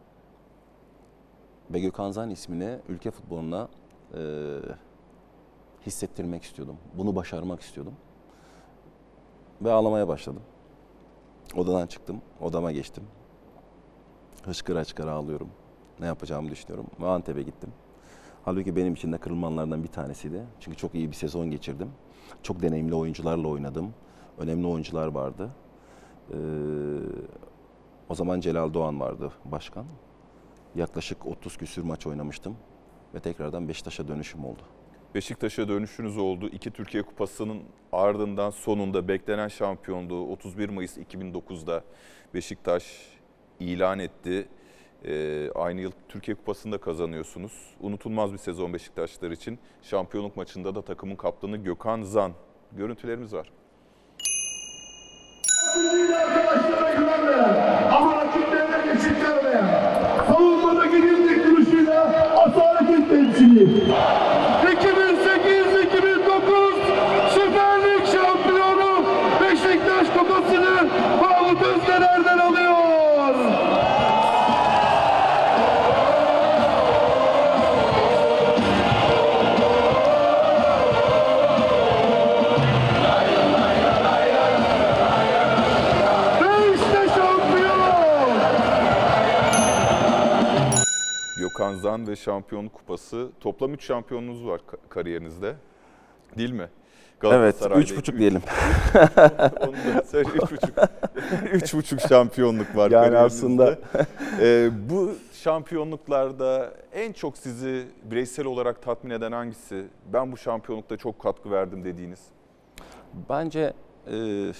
ve Gökhan Zan ismini ülke futboluna e, hissettirmek istiyordum. Bunu başarmak istiyordum. Ve ağlamaya başladım. Odadan çıktım, odama geçtim. Hıçkıra hıçkıra ağlıyorum. Ne yapacağımı düşünüyorum. Ve Antep'e gittim. Halbuki benim için de kırılmanlardan bir tanesiydi. Çünkü çok iyi bir sezon geçirdim. Çok deneyimli oyuncularla oynadım. Önemli oyuncular vardı. Ee, o zaman Celal Doğan vardı başkan. Yaklaşık otuz küsür maç oynamıştım. Ve tekrardan Beşiktaş'a dönüşüm oldu. Beşiktaş'a dönüşünüz oldu. İki Türkiye Kupası'nın ardından sonunda beklenen şampiyonluğu otuz bir Mayıs iki bin dokuzda Beşiktaş ilan etti. Ee, aynı yıl Türkiye Kupası'nda kazanıyorsunuz. Unutulmaz bir sezon Beşiktaşlar için. Şampiyonluk maçında da takımın kaptanı Gökhan Zan. Görüntülerimiz var. Arkadaşlara güvenmeyen ama rakiplerine geçit vermeyen, savunmada gidildik duruşuyla asaletin temsili. iki bin sekiz iki bin dokuz Süper Lig şampiyonu Beşiktaş Kupası'nı Mahmut Özdener'den alıyor. Gökhan Zan ve Şampiyonluk Kupası. Toplam üç şampiyonluğunuz var kariyerinizde. Değil mi? Evet, üç buçuk diyelim. Onu da söyle, üç buçuk. Üç buçuk şampiyonluk var yani kariyerinizde. aslında Ee, bu şampiyonluklarda en çok sizi bireysel olarak tatmin eden hangisi? Ben bu şampiyonlukta çok katkı verdim dediğiniz. bence e,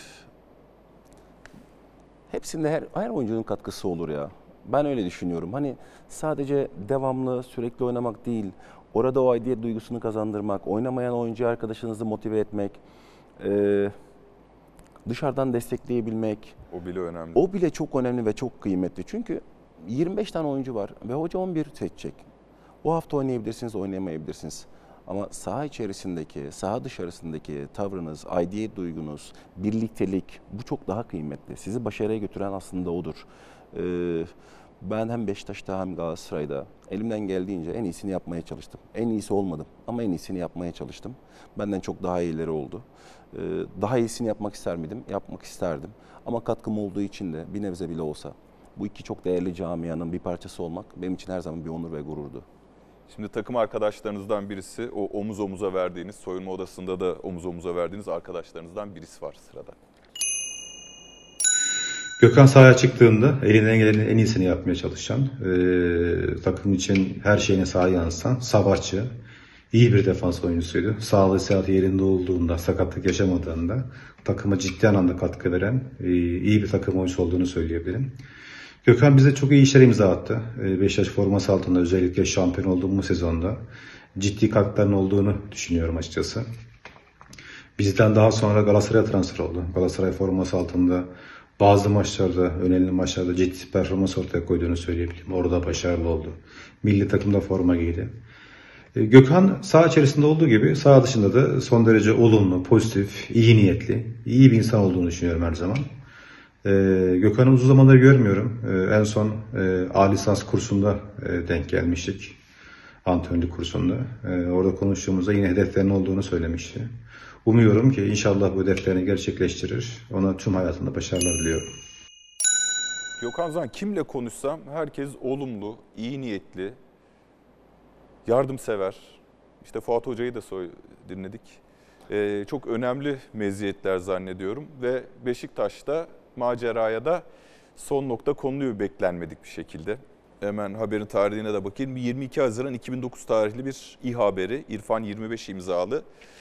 hepsinde her, her oyuncunun katkısı olur ya. Ben öyle düşünüyorum. Hani sadece devamlı, sürekli oynamak değil, orada o aidiyet duygusunu kazandırmak, oynamayan oyuncu arkadaşınızı motive etmek, e, dışarıdan destekleyebilmek, O bile önemli. o bile çok önemli ve çok kıymetli. Çünkü yirmi beş tane oyuncu var ve hoca on bir seçecek. O hafta oynayabilirsiniz, oynayamayabilirsiniz. Ama saha içerisindeki, saha dışarısındaki tavrınız, aidiyet duygunuz, birliktelik bu çok daha kıymetli. Sizi başarıya götüren aslında odur. Ee, ben hem Beşiktaş'ta hem Galatasaray'da elimden geldiğince en iyisini yapmaya çalıştım. En iyisi olmadım ama en iyisini yapmaya çalıştım. Benden çok daha iyileri oldu. Ee, daha iyisini yapmak ister miydim? Yapmak isterdim. Ama katkım olduğu için de bir nebze bile olsa bu iki çok değerli camianın bir parçası olmak benim için her zaman bir onur ve gururdu. Şimdi takım arkadaşlarınızdan birisi, o omuz omuza verdiğiniz, soyunma odasında da omuz omuza verdiğiniz arkadaşlarınızdan birisi var sırada. Gökhan sahaya çıktığında elinden gelenin en iyisini yapmaya çalışan, e, takım için her şeyine sahaya yansıtan, savaşçı, iyi bir defans oyuncusuydu. Sağlığı sıhhati yerinde olduğunda, sakatlık yaşamadığında takıma ciddi anlamda katkı veren e, iyi bir takım oyuncusu olduğunu söyleyebilirim. Gökhan bize çok iyi işler imza attı. E, Beşiktaş forması altında özellikle şampiyon olduğumuz sezonda ciddi katkıların olduğunu düşünüyorum açıkçası. Bizden daha sonra Galatasaray'a transfer oldu. Galatasaray forması altında bazı maçlarda, önemli maçlarda ciddi performans ortaya koyduğunu söyleyebilirim. Orada başarılı oldu. Milli takımda forma giydi. Gökhan saha içerisinde olduğu gibi saha dışında da son derece olumlu, pozitif, iyi niyetli, iyi bir insan olduğunu düşünüyorum her zaman. Gökhan'ı uzun zamandır görmüyorum. En son A lisans kursunda denk gelmiştik. Antrenörlük kursunda. Orada konuştuğumuzda yine hedeflerinin olduğunu söylemişti. Umuyorum ki inşallah bu hedeflerini gerçekleştirir. Ona tüm hayatında başarılar diliyorum. Gökhan Zan, kimle konuşsam herkes olumlu, iyi niyetli, yardımsever. İşte Fuat Hoca'yı da soy dinledik. Ee, çok önemli meziyetler zannediyorum ve Beşiktaş'ta maceraya da son nokta konuluyor beklenmedik bir şekilde. Hemen haberin tarihine de bakayım. yirmi iki Haziran iki bin dokuz tarihli bir İ haberi. İrfan yirmi beş imzalı.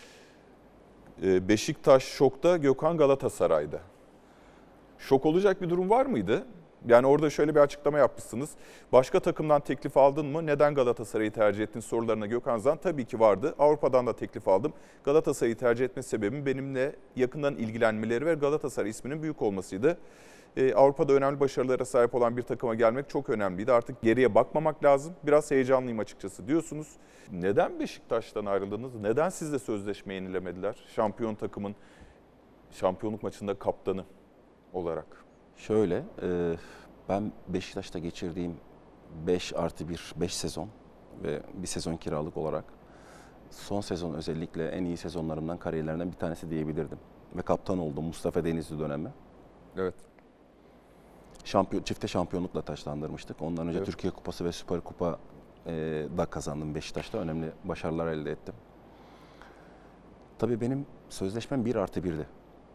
Ee, Beşiktaş şokta, Gökhan Galatasaray'da. Şok olacak bir durum var mıydı? Yani orada şöyle bir açıklama yapmışsınız. Başka takımdan teklif aldın mı? Neden Galatasaray'ı tercih ettin sorularına Gökhan Zan tabii ki vardı. Avrupa'dan da teklif aldım. Galatasaray'ı tercih etme sebebim benimle yakından ilgilenmeleri ve Galatasaray isminin büyük olmasıydı. Ee, Avrupa'da önemli başarılara sahip olan bir takıma gelmek çok önemliydi. Artık geriye bakmamak lazım. Biraz heyecanlıyım açıkçası diyorsunuz. Neden Beşiktaş'tan ayrıldınız? Neden sizle sözleşme yenilemediler? Şampiyon takımın şampiyonluk maçında kaptanı olarak. Şöyle, e, ben Beşiktaş'ta geçirdiğim beş artı bir, beş sezon ve bir sezon kiralık olarak son sezon özellikle en iyi sezonlarımdan, kariyerlerinden bir tanesi diyebilirdim. Ve kaptan oldum Mustafa Denizli dönemi. Evet. Şampiyon, çifte şampiyonlukla taçlandırmıştık. Ondan önce Evet. Türkiye Kupası ve Süper Kupa e, da kazandım Beşiktaş'ta. Önemli başarılar elde ettim. Tabii benim sözleşmem bir artı birdi.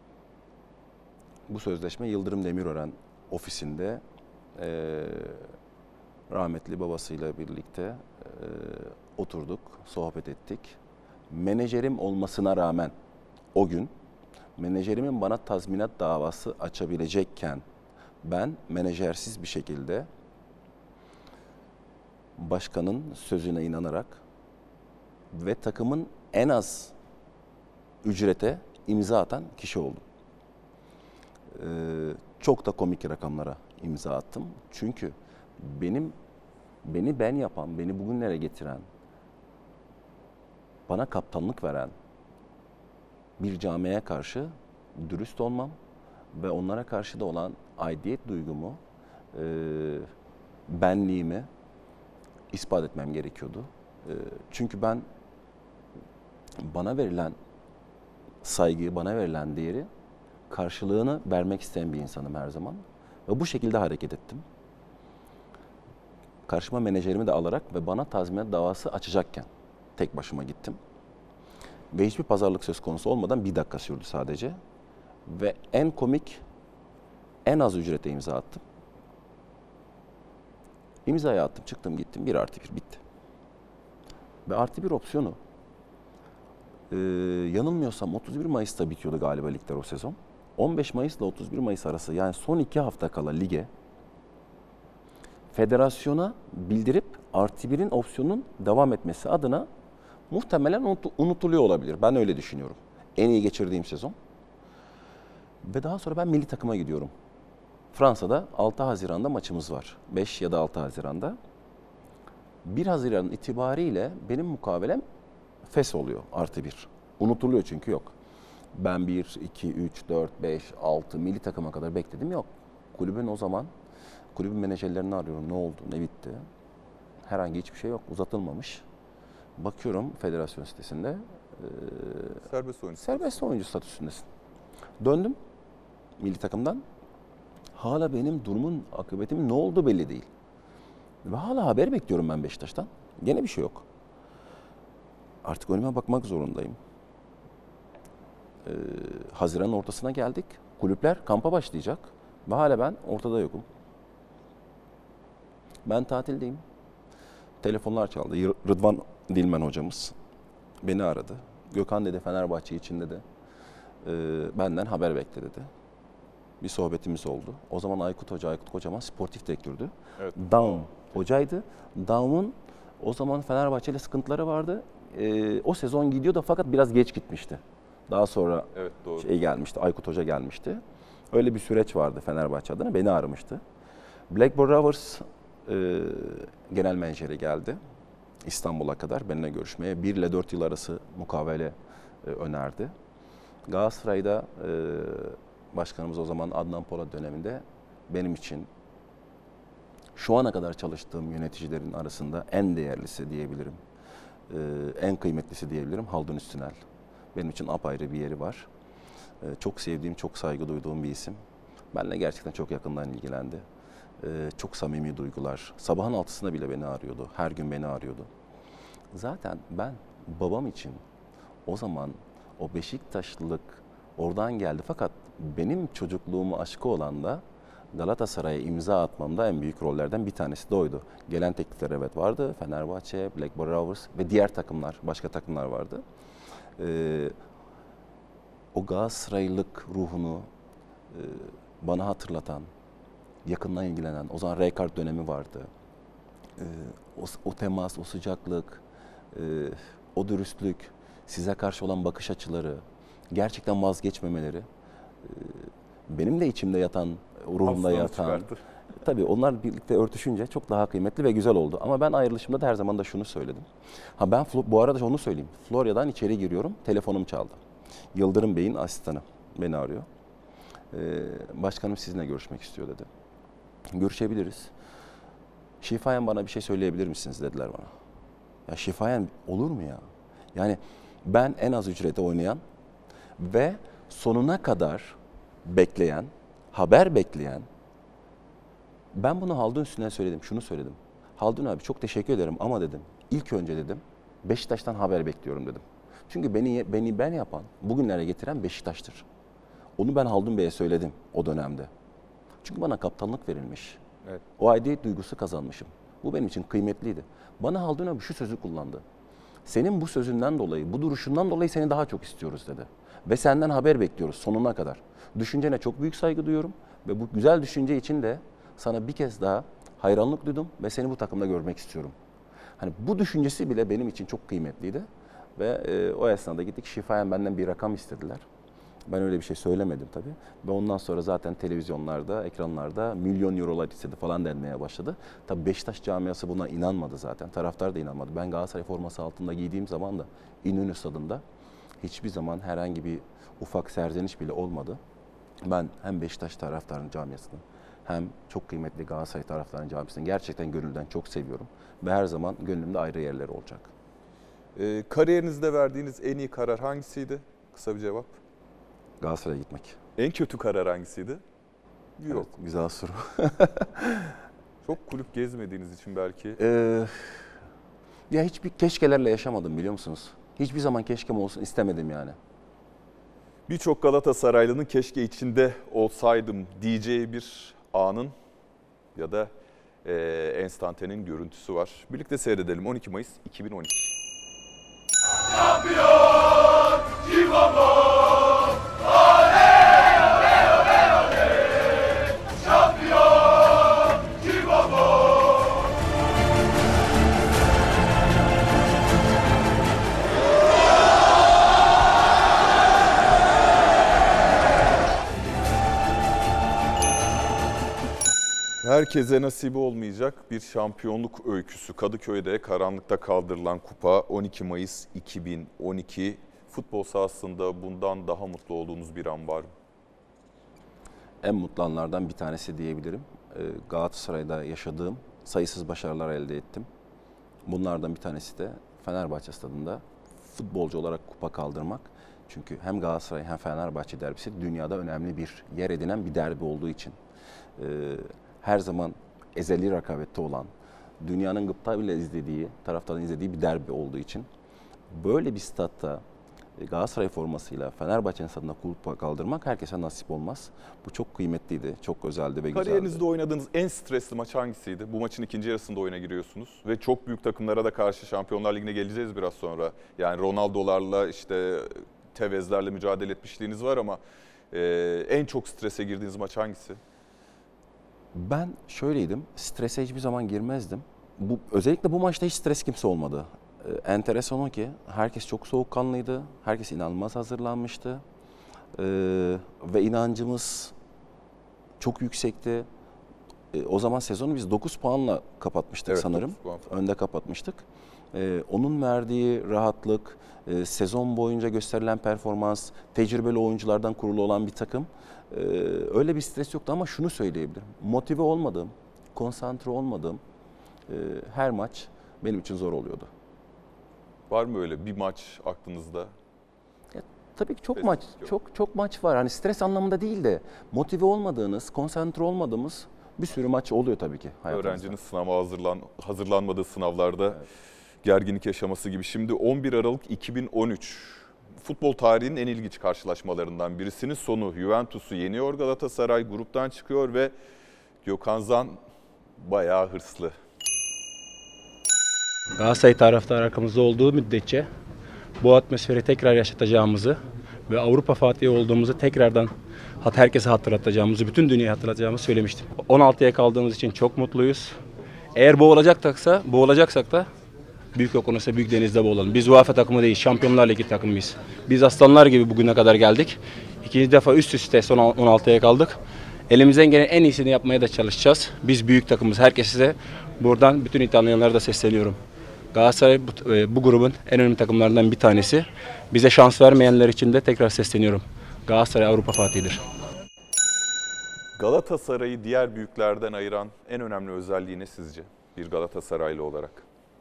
Bu sözleşme Yıldırım Demirören ofisinde e, rahmetli babasıyla birlikte e, oturduk, sohbet ettik. Menajerim olmasına rağmen o gün menajerimin bana tazminat davası açabilecekken ben menajersiz bir şekilde başkanın sözüne inanarak ve takımın en az ücrete imza atan kişi oldum. Ee, çok da komik rakamlara imza attım. Çünkü benim beni ben yapan, beni bugünlere getiren, bana kaptanlık veren bir camiye karşı dürüst olmam ve onlara karşı da olan aidiyet duygumu, e, benliğimi ispat etmem gerekiyordu. E, çünkü ben bana verilen saygıyı, bana verilen değeri karşılığını vermek isteyen bir insanım her zaman. Ve bu şekilde hareket ettim. Karşıma menajerimi de alarak ve bana tazminat davası açacakken tek başıma gittim. Ve hiçbir pazarlık söz konusu olmadan bir dakika sürdü sadece. Ve en komik, en az ücrete imza attım. İmzayı attım, çıktım gittim, bir artı bir bitti. Ve artı bir opsiyonu, ee, yanılmıyorsam otuz bir Mayıs'ta bitiyordu galiba ligler o sezon. on beş Mayıs ile otuz bir Mayıs arası, yani son iki hafta kala lige federasyona bildirip artı birin opsiyonun devam etmesi adına muhtemelen unut- unutuluyor olabilir. Ben öyle düşünüyorum. En iyi geçirdiğim sezon. Ve daha sonra ben milli takıma gidiyorum. Fransa'da altı Haziran'da maçımız var. beş ya da altı Haziran'da. bir Haziran itibariyle benim mukavelem fes oluyor, artı bir. Unutuluyor çünkü yok. Ben bir, iki, üç, dört, beş, altı milli takıma kadar bekledim, yok. Kulübün o zaman, kulübün menajerlerini arıyorum. Ne oldu, ne bitti? Herhangi hiçbir şey yok, uzatılmamış. Bakıyorum federasyon sitesinde. E, Serbest oyuncu. serbest oyuncu statüsündesin. Döndüm milli takımdan. Hala benim durumun, akıbetimin ne oldu belli değil. Ve hala haber bekliyorum ben Beşiktaş'tan. Gene bir şey yok. Artık önüme bakmak zorundayım. Ee, Haziran'ın ortasına geldik. Kulüpler kampa başlayacak. Ve hala ben ortada yokum. Ben tatildeyim. Telefonlar çaldı. Rıdvan Dilmen hocamız beni aradı. Gökhan dedi, Fenerbahçe için dedi, e, benden haber bekle dedi. Bir sohbetimiz oldu. O zaman Aykut Hoca, Aykut Kocaman sportif direktördü. Evet. Daum hocaydı. Daum'un o zaman Fenerbahçe ile sıkıntıları vardı. Ee, o sezon gidiyordu fakat biraz geç gitmişti. Daha sonra Evet, doğru. şey gelmişti, Aykut Hoca gelmişti. Öyle bir süreç vardı Fenerbahçe adına. Beni aramıştı. Blackburn Rovers e, genel menajeri geldi. İstanbul'a kadar benimle görüşmeye. bir ile dört yıl arası mukavele e, önerdi. Galatasaray'da e, başkanımız o zaman Adnan Polat döneminde benim için şu ana kadar çalıştığım yöneticilerin arasında en değerlisi diyebilirim. Ee, en kıymetlisi diyebilirim Haldun Üstünel. Benim için apayrı bir yeri var. Ee, çok sevdiğim, çok saygı duyduğum bir isim. Benimle gerçekten çok yakından ilgilendi. Ee, çok samimi duygular. Sabahın altısında bile beni arıyordu. Her gün beni arıyordu. Zaten ben babam için o zaman o Beşiktaşlılık oradan geldi. Fakat benim çocukluğumu aşkı olan da Galatasaray'a imza atmamda en büyük rollerden bir tanesi de oydu. Gelen teklifler evet vardı. Fenerbahçe, Blackburn Rovers ve diğer takımlar, başka takımlar vardı. Ee, o Galatasaraylılık ruhunu e, bana hatırlatan, yakından ilgilenen, o zaman Rijkaard dönemi vardı. Ee, o, o temas, o sıcaklık, e, o dürüstlük, size karşı olan bakış açıları, gerçekten vazgeçmemeleri, e, benim de içimde yatan, ruhumda Aslanı yatan, çıkarttı. tabii onlar birlikte örtüşünce çok daha kıymetli ve güzel oldu. Ama ben ayrılışımda da her zaman da şunu söyledim. Ha ben bu arada onu söyleyeyim. Florya'dan içeri giriyorum, telefonum çaldı. Yıldırım Bey'in asistanı beni arıyor. Ee, başkanım sizinle görüşmek istiyor dedi. Görüşebiliriz. Şifayen bana bir şey söyleyebilir misiniz dediler bana. Ya şifayen olur mu ya? Yani ben en az ücrete oynayan ve sonuna kadar bekleyen, haber bekleyen Ben bunu Haldun üstüne söyledim, şunu söyledim. Haldun abi çok teşekkür ederim ama dedim, ilk önce dedim Beşiktaş'tan haber bekliyorum dedim. Çünkü beni beni ben yapan, bugünlere getiren Beşiktaş'tır. Onu ben Haldun Bey'e söyledim o dönemde. Çünkü bana kaptanlık verilmiş. Evet. O aidiyet duygusu kazanmışım. Bu benim için kıymetliydi. Bana Haldun abi şu sözü kullandı. Senin bu sözünden dolayı, bu duruşundan dolayı seni daha çok istiyoruz dedi. Ve senden haber bekliyoruz sonuna kadar. Düşüncene çok büyük saygı duyuyorum ve bu güzel düşünce için de sana bir kez daha hayranlık duydum ve seni bu takımda görmek istiyorum. Hani bu düşüncesi bile benim için çok kıymetliydi. Ve e, o esnada gittik şifayen benden bir rakam istediler. Ben öyle bir şey söylemedim tabii. Ve ondan sonra zaten televizyonlarda, ekranlarda milyon eurolar istedi falan denmeye başladı. Tabii Beşiktaş camiası buna inanmadı zaten. Taraftar da inanmadı. Ben Galatasaray forması altında giydiğim zaman da İnönü Stadı'nda hiçbir zaman herhangi bir ufak serzeniş bile olmadı. Ben hem Beşiktaş taraftarının camiasını hem çok kıymetli Galatasaray taraftarının camiasını gerçekten gönülden çok seviyorum. Ve her zaman gönlümde ayrı yerleri olacak. Ee, kariyerinizde verdiğiniz en iyi karar hangisiydi? Kısa bir cevap. Galatasaray'a gitmek. En kötü karar hangisiydi? Yok. Evet, güzel soru. Çok kulüp gezmediğiniz için belki. Ee, ya hiçbir keşkelerle yaşamadım biliyor musunuz? Hiçbir zaman keşkem olsun istemedim yani. Birçok Galatasaraylı'nın keşke içinde olsaydım diyeceği bir anın ya da e, enstantanenin görüntüsü var. Birlikte seyredelim. on iki Mayıs iki bin on iki. Şampiyon Cimbombo. Oley oley oley oley. Şampiyon Cimbombo. Herkese nasibi olmayacak bir şampiyonluk öyküsü. Kadıköy'de karanlıkta kaldırılan kupa on iki Mayıs iki bin on iki. Futbol sahasında bundan daha mutlu olduğunuz bir an var mı? En mutlu anlardan bir tanesi diyebilirim. Ee, Galatasaray'da yaşadığım sayısız başarılar elde ettim. Bunlardan bir tanesi de Fenerbahçe stadında futbolcu olarak kupa kaldırmak. Çünkü hem Galatasaray hem Fenerbahçe derbisi dünyada önemli bir yer edinen bir derbi olduğu için. Ee, her zaman ezeli rekabette olan, dünyanın gıpta bile izlediği, taraftarın izlediği bir derbi olduğu için böyle bir statta Galatasaray formasıyla Fenerbahçe'nin stadına kupa kaldırmak herkese nasip olmaz. Bu çok kıymetliydi, çok özeldi ve güzeldi. Kariyerinizde oynadığınız en stresli maç hangisiydi? Bu maçın ikinci yarısında oyuna giriyorsunuz ve çok büyük takımlara da karşı Şampiyonlar Ligi'ne geleceğiz biraz sonra. Yani Ronaldo'larla işte Tevez'lerle mücadele etmişliğiniz var ama e, en çok strese girdiğiniz maç hangisi? Ben şöyleydim, strese hiçbir zaman girmezdim. Bu, özellikle bu maçta hiç stres kimse olmadı. Ee, enteresan o ki herkes çok soğukkanlıydı, herkes inanılmaz hazırlanmıştı. Ee, ve inancımız çok yüksekti. Ee, o zaman sezonu biz dokuz puanla kapatmıştık Evet, sanırım. dokuz puan falan. Önde kapatmıştık. Ee, onun verdiği rahatlık, e, sezon boyunca gösterilen performans, tecrübeli oyunculardan kurulu olan bir takım. Ee, öyle bir stres yoktu ama şunu söyleyebilirim. Motive olmadığım, konsantre olmadığım e, her maç benim için zor oluyordu. Var mı öyle bir maç aklınızda? Ya, tabii ki çok Spesifik maç, yok. çok çok maç var. Hani stres anlamında değil de motive olmadığınız, konsantre olmadığımız bir sürü maç oluyor tabii ki hayatımızda. Öğrencinin sınava hazırlan, hazırlanmadığı sınavlarda evet. gerginlik yaşaması gibi. Şimdi on bir Aralık iki bin on üç. Futbol tarihinin en ilginç karşılaşmalarından birisinin sonu. Juventus'u yeniyor Galatasaray, gruptan çıkıyor ve Gökhan Zan bayağı hırslı. Galatasaray taraftarı arkamızda olduğu müddetçe bu atmosferi tekrar yaşatacağımızı ve Avrupa Fatihi olduğumuzu tekrardan herkese hatırlatacağımızı, bütün dünyaya hatırlatacağımızı söylemiştim. on altıya kaldığımız için çok mutluyuz. Eğer boğulacaksa, boğulacaksak da büyük okyanusta, büyük denizde boğulalım. Biz UEFA takımı değil, Şampiyonlar Ligi takımıyız. Biz aslanlar gibi bugüne kadar geldik. İkinci defa üst üste son on altıya kaldık. Elimizden gelen en iyisini yapmaya da çalışacağız. Biz büyük takımız. Herkese buradan bütün İtalyanlara da sesleniyorum. Galatasaray bu, bu grubun en önemli takımlarından bir tanesi. Bize şans vermeyenler için de tekrar sesleniyorum. Galatasaray Avrupa Fatihi'dir. Galatasaray'ı diğer büyüklerden ayıran en önemli özelliği ne sizce bir Galatasaraylı olarak?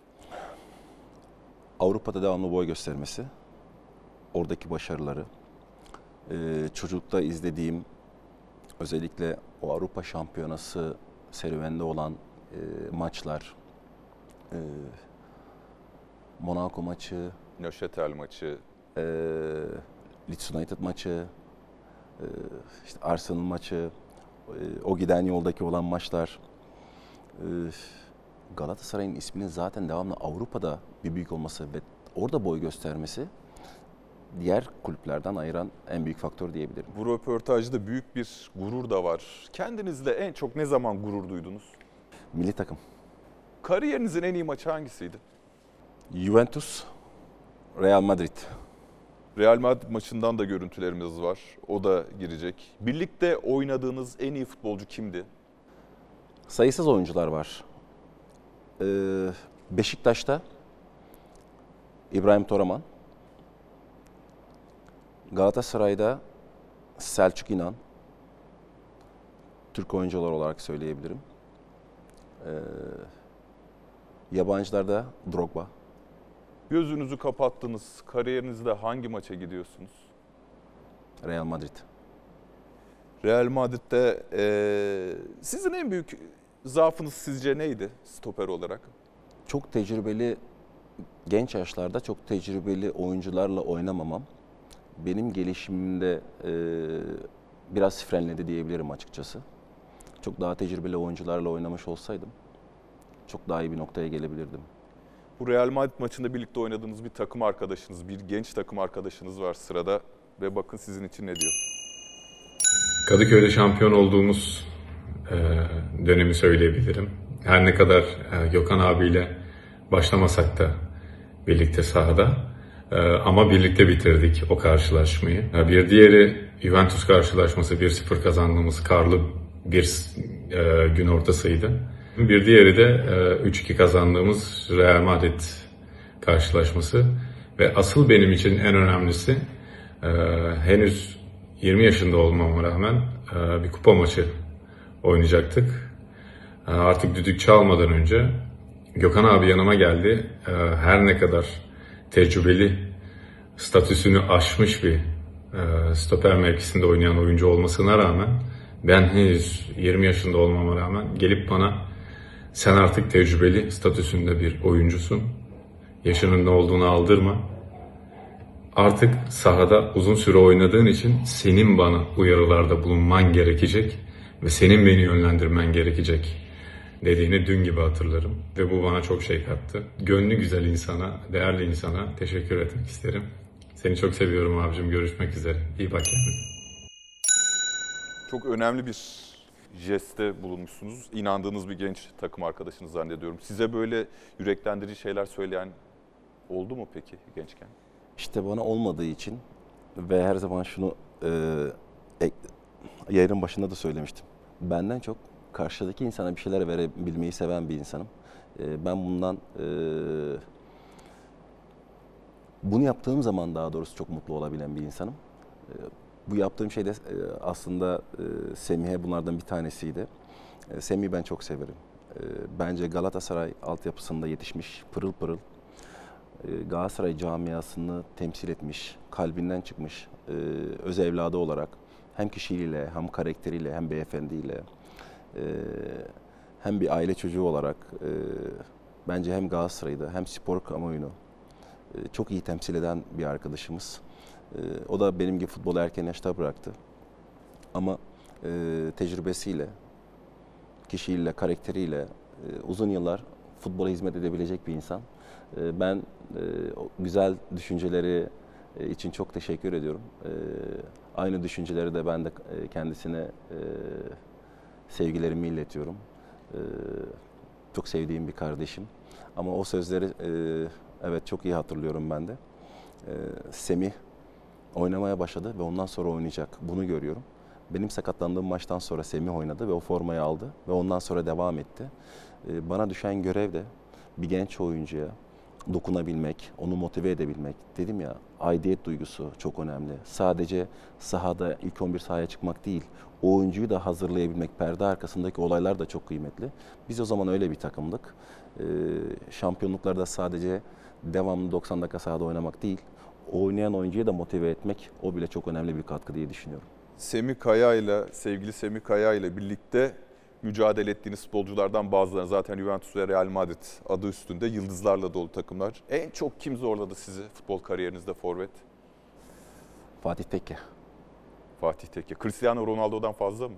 Avrupa'da devamlı boy göstermesi, oradaki başarıları, ee, çocuklukta izlediğim özellikle o Avrupa Şampiyonası serüvende olan e, maçlar, e, Monaco maçı, Neuchâtel maçı, e, Leeds United maçı, e, işte Arsenal maçı, e, o giden yoldaki olan maçlar. E, Galatasaray'ın isminin zaten devamlı Avrupa'da bir büyük olması ve orada boy göstermesi diğer kulüplerden ayıran en büyük faktör diyebilirim. bu röportajda büyük bir gurur da var. Kendinizle en çok ne zaman gurur duydunuz? Milli takım. Kariyerinizin en iyi maçı hangisiydi? Juventus, Real Madrid. Real Madrid maçından da görüntülerimiz var. O da girecek. Birlikte oynadığınız en iyi futbolcu kimdi? Sayısız oyuncular var. Ee, Beşiktaş'ta İbrahim Toraman, Galatasaray'da Selçuk İnan, Türk oyuncular olarak söyleyebilirim. Ee, yabancılarda Drogba. Gözünüzü kapattınız. Kariyerinizde hangi maça gidiyorsunuz? Real Madrid. Real Madrid'de eee, sizin en büyük zaafınız sizce neydi stoper olarak? Çok tecrübeli, genç yaşlarda çok tecrübeli oyuncularla oynamamam benim gelişimimde e, biraz frenledi diyebilirim açıkçası. Çok daha tecrübeli oyuncularla oynamış olsaydım çok daha iyi bir noktaya gelebilirdim. Bu Real Madrid maçında birlikte oynadığınız bir takım arkadaşınız, bir genç takım arkadaşınız var sırada ve bakın sizin için ne diyor. Kadıköy'de şampiyon olduğumuz e, dönemi söyleyebilirim. Her ne kadar e, Gökhan abiyle başlamasak da birlikte sahada e, ama birlikte bitirdik o karşılaşmayı. E, bir diğeri Juventus karşılaşması bir sıfır kazandığımız karlı bir e, gün ortasıydı. Bir diğeri de e, üç iki kazandığımız Real Madrid karşılaşması ve asıl benim için en önemlisi e, henüz yirmi yaşında olmama rağmen e, bir kupa maçı oynayacaktık. E, artık düdük çalmadan önce Gökhan abi yanıma geldi. E, her ne kadar tecrübeli, statüsünü aşmış bir e, stoper mevkisinde oynayan oyuncu olmasına rağmen ben henüz yirmi yaşında olmama rağmen gelip bana sen artık tecrübeli statüsünde bir oyuncusun. Yaşının ne olduğunu aldırma. Artık sahada uzun süre oynadığın için senin bana uyarılarda bulunman gerekecek ve senin beni yönlendirmen gerekecek dediğini dün gibi hatırlarım. Ve bu bana çok şey kattı. Gönlü güzel insana, değerli insana teşekkür etmek isterim. Seni çok seviyorum abicim. Görüşmek üzere. İyi bak kendine. Çok önemli bir jeste bulunmuşsunuz. İnandığınız bir genç takım arkadaşınız zannediyorum. Size böyle yüreklendirici şeyler söyleyen oldu mu peki gençken? İşte bana olmadığı için ve her zaman şunu e, ek, yayının başında da söylemiştim. Benden çok karşıdaki insana bir şeyler verebilmeyi seven bir insanım. E, ben bundan e, bunu yaptığım zaman daha doğrusu çok mutlu olabilen bir insanım. E, bu yaptığım şey de e, aslında e, Semih'e bunlardan bir tanesiydi. E, Semih'i ben çok severim. E, bence Galatasaray altyapısında yetişmiş, pırıl pırıl. Galatasaray camiasını temsil etmiş, kalbinden çıkmış e, öz evladı olarak hem kişiliğiyle, hem karakteriyle, hem beyefendiyle, e, hem bir aile çocuğu olarak e, bence hem Galatasaray'da hem spor kamuoyunu e, çok iyi temsil eden bir arkadaşımız. E, o da benim gibi futbolu erken yaşta bıraktı. Ama e, tecrübesiyle, kişiliğiyle, karakteriyle e, uzun yıllar futbola hizmet edebilecek bir insan. Ben e, güzel düşünceleri e, için çok teşekkür ediyorum. E, aynı düşünceleri de ben de e, kendisine e, sevgilerimi iletiyorum. E, çok sevdiğim bir kardeşim. Ama o sözleri e, evet çok iyi hatırlıyorum ben de. E, Semih oynamaya başladı ve ondan sonra oynayacak. Bunu görüyorum. Benim sakatlandığım maçtan sonra Semih oynadı ve o formayı aldı ve ondan sonra devam etti. E, bana düşen görev de bir genç oyuncuya dokunabilmek, onu motive edebilmek. Dedim ya, aidiyet duygusu çok önemli. Sadece sahada ilk on bir sahaya çıkmak değil, o oyuncuyu da hazırlayabilmek, perde arkasındaki olaylar da çok kıymetli. Biz o zaman öyle bir takımdık. Ee, şampiyonluklarda sadece devamlı doksan dakika sahada oynamak değil, o oynayan oyuncuyu da motive etmek, o bile çok önemli bir katkı diye düşünüyorum. Semih Kaya ile, sevgili Semih Kaya ile birlikte mücadele ettiğiniz futbolculardan bazıları zaten Juventus ve Real Madrid adı üstünde yıldızlarla dolu takımlar. En çok kim zorladı sizi futbol kariyerinizde forvet? Fatih Tekke. Fatih Tekke. Cristiano Ronaldo'dan fazla mı?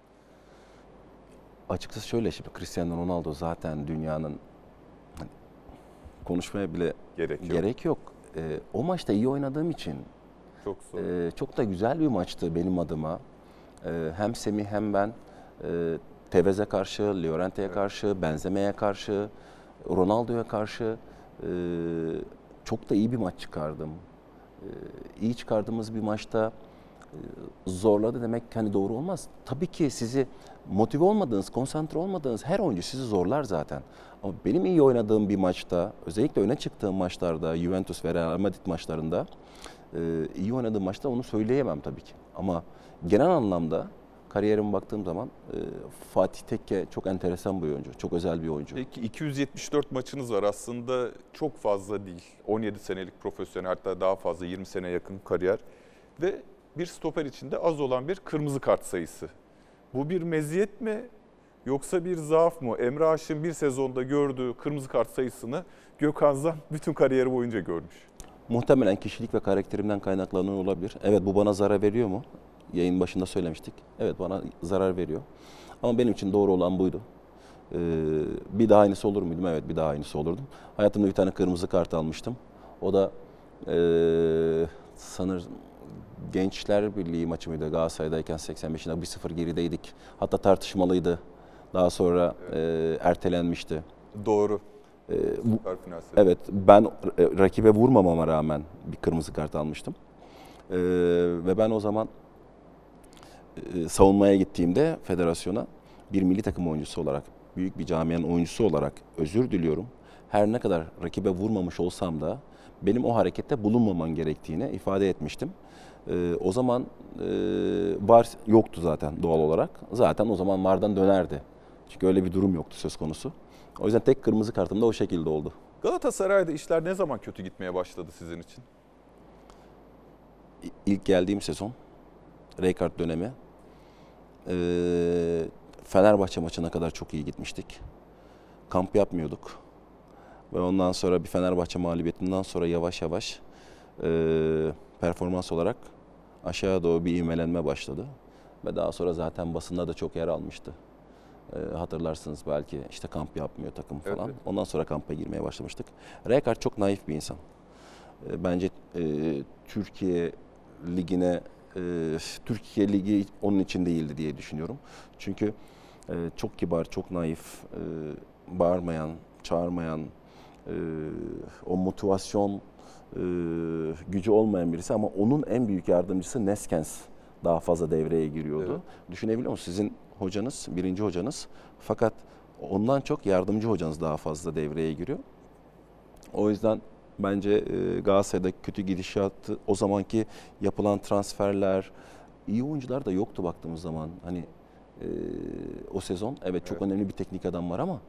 Açıkçası şöyle, şimdi Cristiano Ronaldo zaten dünyanın hani, konuşmaya bile Gerek yok. gerek yok. Ee, o maçta iyi oynadığım için Çok zor. e, çok da güzel bir maçtı benim adıma. Ee, hem Semih hem ben e, Tevez'e karşı, Llorente'ye karşı, Benzema'ya karşı, Ronaldo'ya karşı e, çok da iyi bir maç çıkardım. E, iyi çıkardığımız bir maçta e, zorladı demek hani doğru olmaz. Tabii ki sizi motive olmadığınız, konsantre olmadığınız her oyuncu sizi zorlar zaten. Ama benim iyi oynadığım bir maçta, özellikle öne çıktığım maçlarda, Juventus ve Real Madrid maçlarında e, iyi oynadığım maçta onu söyleyemem tabii ki. Ama genel anlamda kariyerime baktığım zaman e, Fatih Tekke çok enteresan bir oyuncu, çok özel bir oyuncu. Peki iki yüz yetmiş dört maçınız var, aslında çok fazla değil. on yedi senelik profesyonel, hatta daha fazla, yirmi sene yakın kariyer. Ve bir stoper içinde az olan bir kırmızı kart sayısı. Bu bir meziyet mi yoksa bir zaaf mı? Emre Aşık'ın bir sezonda gördüğü kırmızı kart sayısını Gökhan Zan bütün kariyeri boyunca görmüş. Muhtemelen kişilik ve karakterimden kaynaklanan olabilir. Evet, bu bana zarar veriyor mu? Yayın başında söylemiştik. Evet, bana zarar veriyor. Ama benim için doğru olan buydu. Ee, bir daha aynısı olur muydum? Evet, bir daha aynısı olurdum. Hayatımda bir tane kırmızı kart almıştım. O da ee, sanırım Gençler Birliği maçı mıydı? Galatasaray'dayken seksen beşinde bir sıfır gerideydik. Hatta tartışmalıydı. Daha sonra ee, ertelenmişti. Doğru. Ee, bu, Süper final serisi. evet, ben e, rakibe vurmamama rağmen bir kırmızı kart almıştım. Ee, ve ben o zaman e, savunmaya gittiğimde federasyona bir milli takım oyuncusu olarak, büyük bir camianın oyuncusu olarak özür diliyorum. Her ne kadar rakibe vurmamış olsam da benim o harekette bulunmaman gerektiğini ifade etmiştim. Ee, o zaman e, var yoktu zaten doğal olarak. Zaten o zaman vardan dönerdi. Çünkü öyle bir durum yoktu söz konusu. O yüzden tek kırmızı kartım da o şekilde oldu. Galatasaray'da işler ne zaman kötü gitmeye başladı sizin için? İlk geldiğim sezon, Rijkaard dönemi. Ee, Fenerbahçe maçına kadar çok iyi gitmiştik. Kamp yapmıyorduk. Ve ondan sonra bir Fenerbahçe mağlubiyetinden sonra yavaş yavaş e, performans olarak aşağı doğru bir ivmelenme başladı. Ve daha sonra zaten basında da çok yer almıştı. E, hatırlarsınız belki, işte kamp yapmıyor takım falan. Evet, evet. Ondan sonra kampa girmeye başlamıştık. Rijkaard çok naif bir insan. E, bence e, Türkiye Ligi'ne, e, Türkiye Ligi onun için değildi diye düşünüyorum. Çünkü e, çok kibar, çok naif, e, bağırmayan, çağırmayan, e, o motivasyon e, gücü olmayan birisi, ama onun en büyük yardımcısı Neskens daha fazla devreye giriyordu. Evet. Düşünebiliyor musunuz? Sizin hocanız, birinci hocanız, fakat ondan çok yardımcı hocanız daha fazla devreye giriyor. O yüzden bence e, Galatasaray'da kötü gidişatı, o zamanki yapılan transferler, iyi oyuncular da yoktu baktığımız zaman. Hani e, o sezon evet çok Evet. önemli bir teknik adam var ama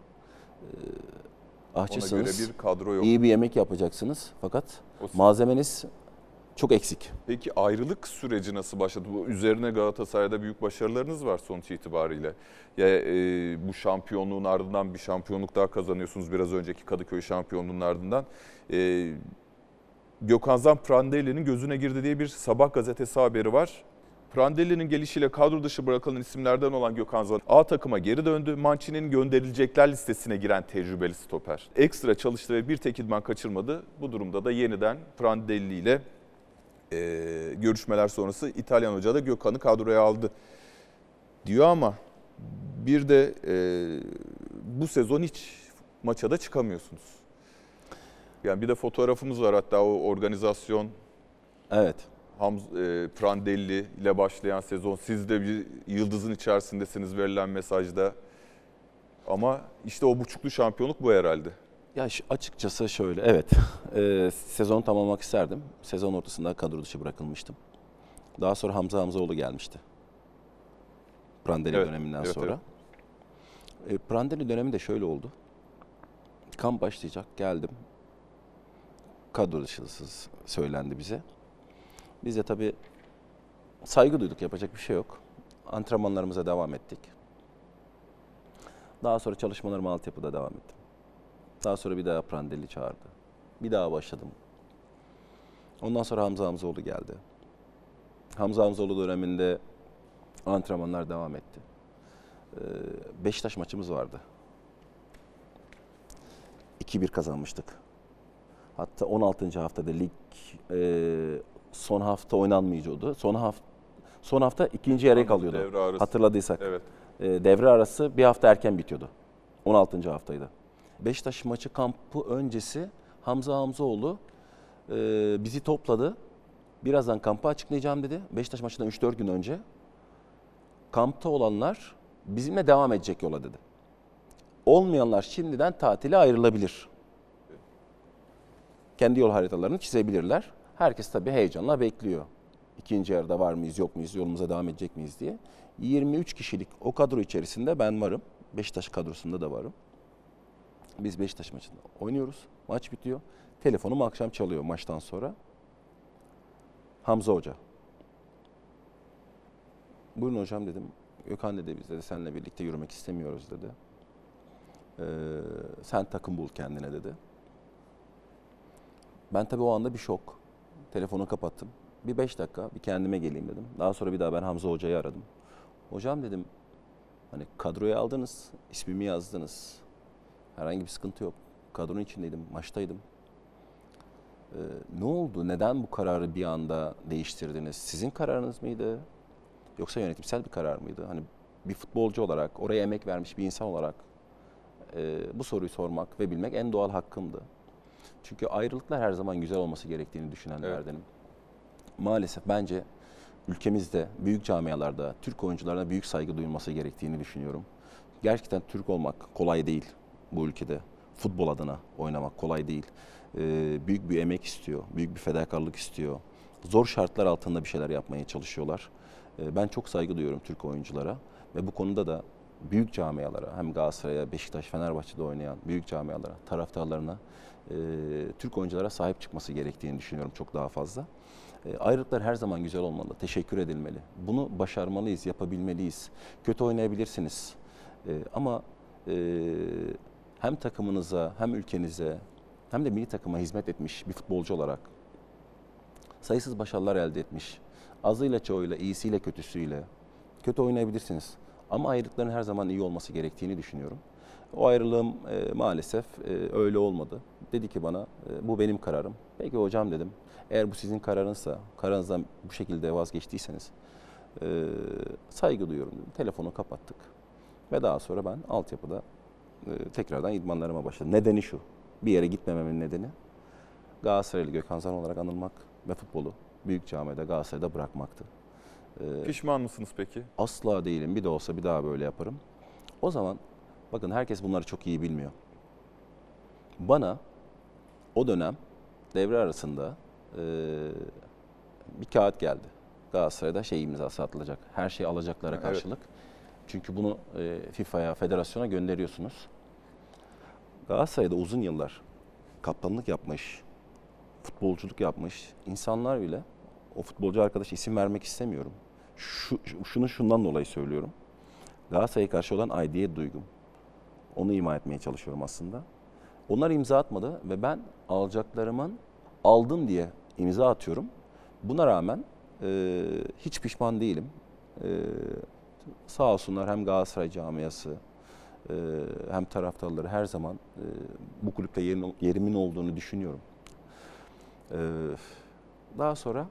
e, Ona ahçısınız, göre bir kadro yok. iyi bir yemek yapacaksınız fakat O- malzemeniz çok eksik. Peki ayrılık süreci nasıl başladı? Bu üzerine Galatasaray'da büyük başarılarınız var sonuç itibariyle. Ya e, bu şampiyonluğun ardından bir şampiyonluk daha kazanıyorsunuz, biraz önceki Kadıköy şampiyonluğunun ardından. E, Gökhan Zan Prandelli'nin gözüne girdi diye bir Sabah gazetesi haberi var. Prandelli'nin gelişiyle kadro dışı bırakılan isimlerden olan Gökhan Zan A takıma geri döndü. Mancini'nin gönderilecekler listesine giren tecrübeli stoper. Ekstra çalıştı ve bir tek idman kaçırmadı. Bu durumda da yeniden Prandelli ile e, görüşmeler sonrası İtalyan hoca da Gökhan'ı kadroya aldı diyor, ama bir de e, bu sezon hiç maça da çıkamıyorsunuz. Yani bir de fotoğrafımız var, hatta o organizasyon Evet. Hamz, e, Prandelli ile başlayan sezon. Siz de bir yıldızın içerisindesiniz verilen mesajda. Ama işte o buçuklu şampiyonluk bu herhalde. Ya şu- açıkçası şöyle, evet, e, sezon tamamlamak isterdim. Sezon ortasında kadro dışı bırakılmıştım. Daha sonra Hamza Hamzaoğlu gelmişti. Prandelli Evet, döneminden evet, sonra. E, Prandelli dönemi de şöyle oldu. Kamp başlayacak, geldim. Kadro dışısız söylendi bize. Biz de tabii saygı duyduk, yapacak bir şey yok. Antrenmanlarımıza devam ettik. Daha sonra çalışmalarıma altyapıda devam ettim. Daha sonra bir daha Prandelli çağırdı. Bir daha başladım. Ondan sonra Hamza Hamzoğlu geldi. Hamza Hamzoğlu döneminde antrenmanlar devam etti. Ee, Beşiktaş maçımız vardı. iki bir kazanmıştık. Hatta on altıncı haftada lig e, son hafta oynanmayacaktı. Son hafta son hafta ikinci yarıya kalıyordu. Devre arası. Hatırladıysak. Evet. E, devre arası bir hafta erken bitiyordu. on altıncı haftaydı. Beşiktaş maçı kampı öncesi Hamza Hamzoğlu e, bizi topladı. Birazdan kampı açıklayacağım dedi. Beşiktaş maçından üç dört gün önce. Kampta olanlar bizimle devam edecek yola dedi. Olmayanlar şimdiden tatile ayrılabilir. Kendi yol haritalarını çizebilirler. Herkes tabii heyecanla bekliyor. İkinci yarıda var mıyız, yok muyuz, yolumuza devam edecek miyiz diye. yirmi üç kişilik o kadro içerisinde ben varım. Beşiktaş kadrosunda da varım. Biz Beşiktaş maçında oynuyoruz. Maç bitiyor. Telefonum akşam çalıyor maçtan sonra. Hamza Hoca. Buyurun hocam dedim. Gökhan dedi biz dedi seninle birlikte yürümek istemiyoruz dedi. Ee, sen takım bul kendine dedi. Ben tabii o anda bir şok. Telefonu kapattım. Bir beş dakika bir kendime geleyim dedim. Daha sonra bir daha ben Hamza Hoca'yı aradım. Hocam dedim hani kadroya aldınız, ismimi yazdınız. Herhangi bir sıkıntı yok. Kadronun içindeydim, maçtaydım. Ee, ne oldu? Neden bu kararı bir anda değiştirdiniz? Sizin kararınız mıydı? Yoksa yönetimsel bir karar mıydı? Hani bir futbolcu olarak, oraya emek vermiş bir insan olarak e, bu soruyu sormak ve bilmek en doğal hakkımdı. Çünkü ayrılıklar her zaman güzel olması gerektiğini düşünenlerdenim. Evet. Maalesef bence ülkemizde, büyük camialarda Türk oyuncularına büyük saygı duyulması gerektiğini düşünüyorum. Gerçekten Türk olmak kolay değil bu ülkede. Futbol adına oynamak kolay değil. Ee, büyük bir emek istiyor, büyük bir fedakarlık istiyor. Zor şartlar altında bir şeyler yapmaya çalışıyorlar. Ee, ben çok saygı duyuyorum Türk oyunculara ve bu konuda da büyük camialara, hem Galatasaray'a, Beşiktaş, Fenerbahçe'de oynayan büyük camialara, taraftarlarına, e, Türk oyunculara sahip çıkması gerektiğini düşünüyorum çok daha fazla. E, ayrılıklar her zaman güzel olmalı, teşekkür edilmeli. Bunu başarmalıyız, yapabilmeliyiz. Kötü oynayabilirsiniz e, ama e, hem takımınıza, hem ülkenize, hem de milli takıma hizmet etmiş bir futbolcu olarak sayısız başarılar elde etmiş. Azıyla çoğuyla, iyisiyle kötüsüyle kötü oynayabilirsiniz. Ama ayrılıkların her zaman iyi olması gerektiğini düşünüyorum. O ayrılığım e, maalesef e, öyle olmadı. Dedi ki bana e, bu benim kararım. Peki hocam dedim. Eğer bu sizin kararınızsa, kararınızdan bu şekilde vazgeçtiyseniz e, saygı duyuyorum dedim. Telefonu kapattık. Ve daha sonra ben altyapıda e, tekrardan idmanlarıma başladım. Nedeni şu. Bir yere gitmememin nedeni Galatasaraylı Gökhan Zan olarak anılmak ve futbolu büyük camiada Galatasaray'da bırakmaktı. E, Pişman mısınız peki? Asla değilim. Bir de olsa bir daha böyle yaparım. O zaman bakın herkes bunları çok iyi bilmiyor. Bana o dönem devre arasında e, bir kağıt geldi. Galatasaray'da şey imzası atılacak. Her şey alacaklara karşılık. Evet. Çünkü bunu e, FIFA'ya, federasyona gönderiyorsunuz. Galatasaray'da uzun yıllar kaptanlık yapmış, futbolculuk yapmış insanlar bile, o futbolcu arkadaş isim vermek istemiyorum. Şu, şunu şundan dolayı söylüyorum. Galatasaray'a karşı olan aidiyet duygum. Onu ima etmeye çalışıyorum aslında. Onlar imza atmadı ve ben alacaklarımın aldım diye imza atıyorum. Buna rağmen e, hiç pişman değilim. E, sağ olsunlar hem Galatasaray camiası e, hem taraftarları her zaman e, bu kulüpte yerin, yerimin olduğunu düşünüyorum. E, daha sonra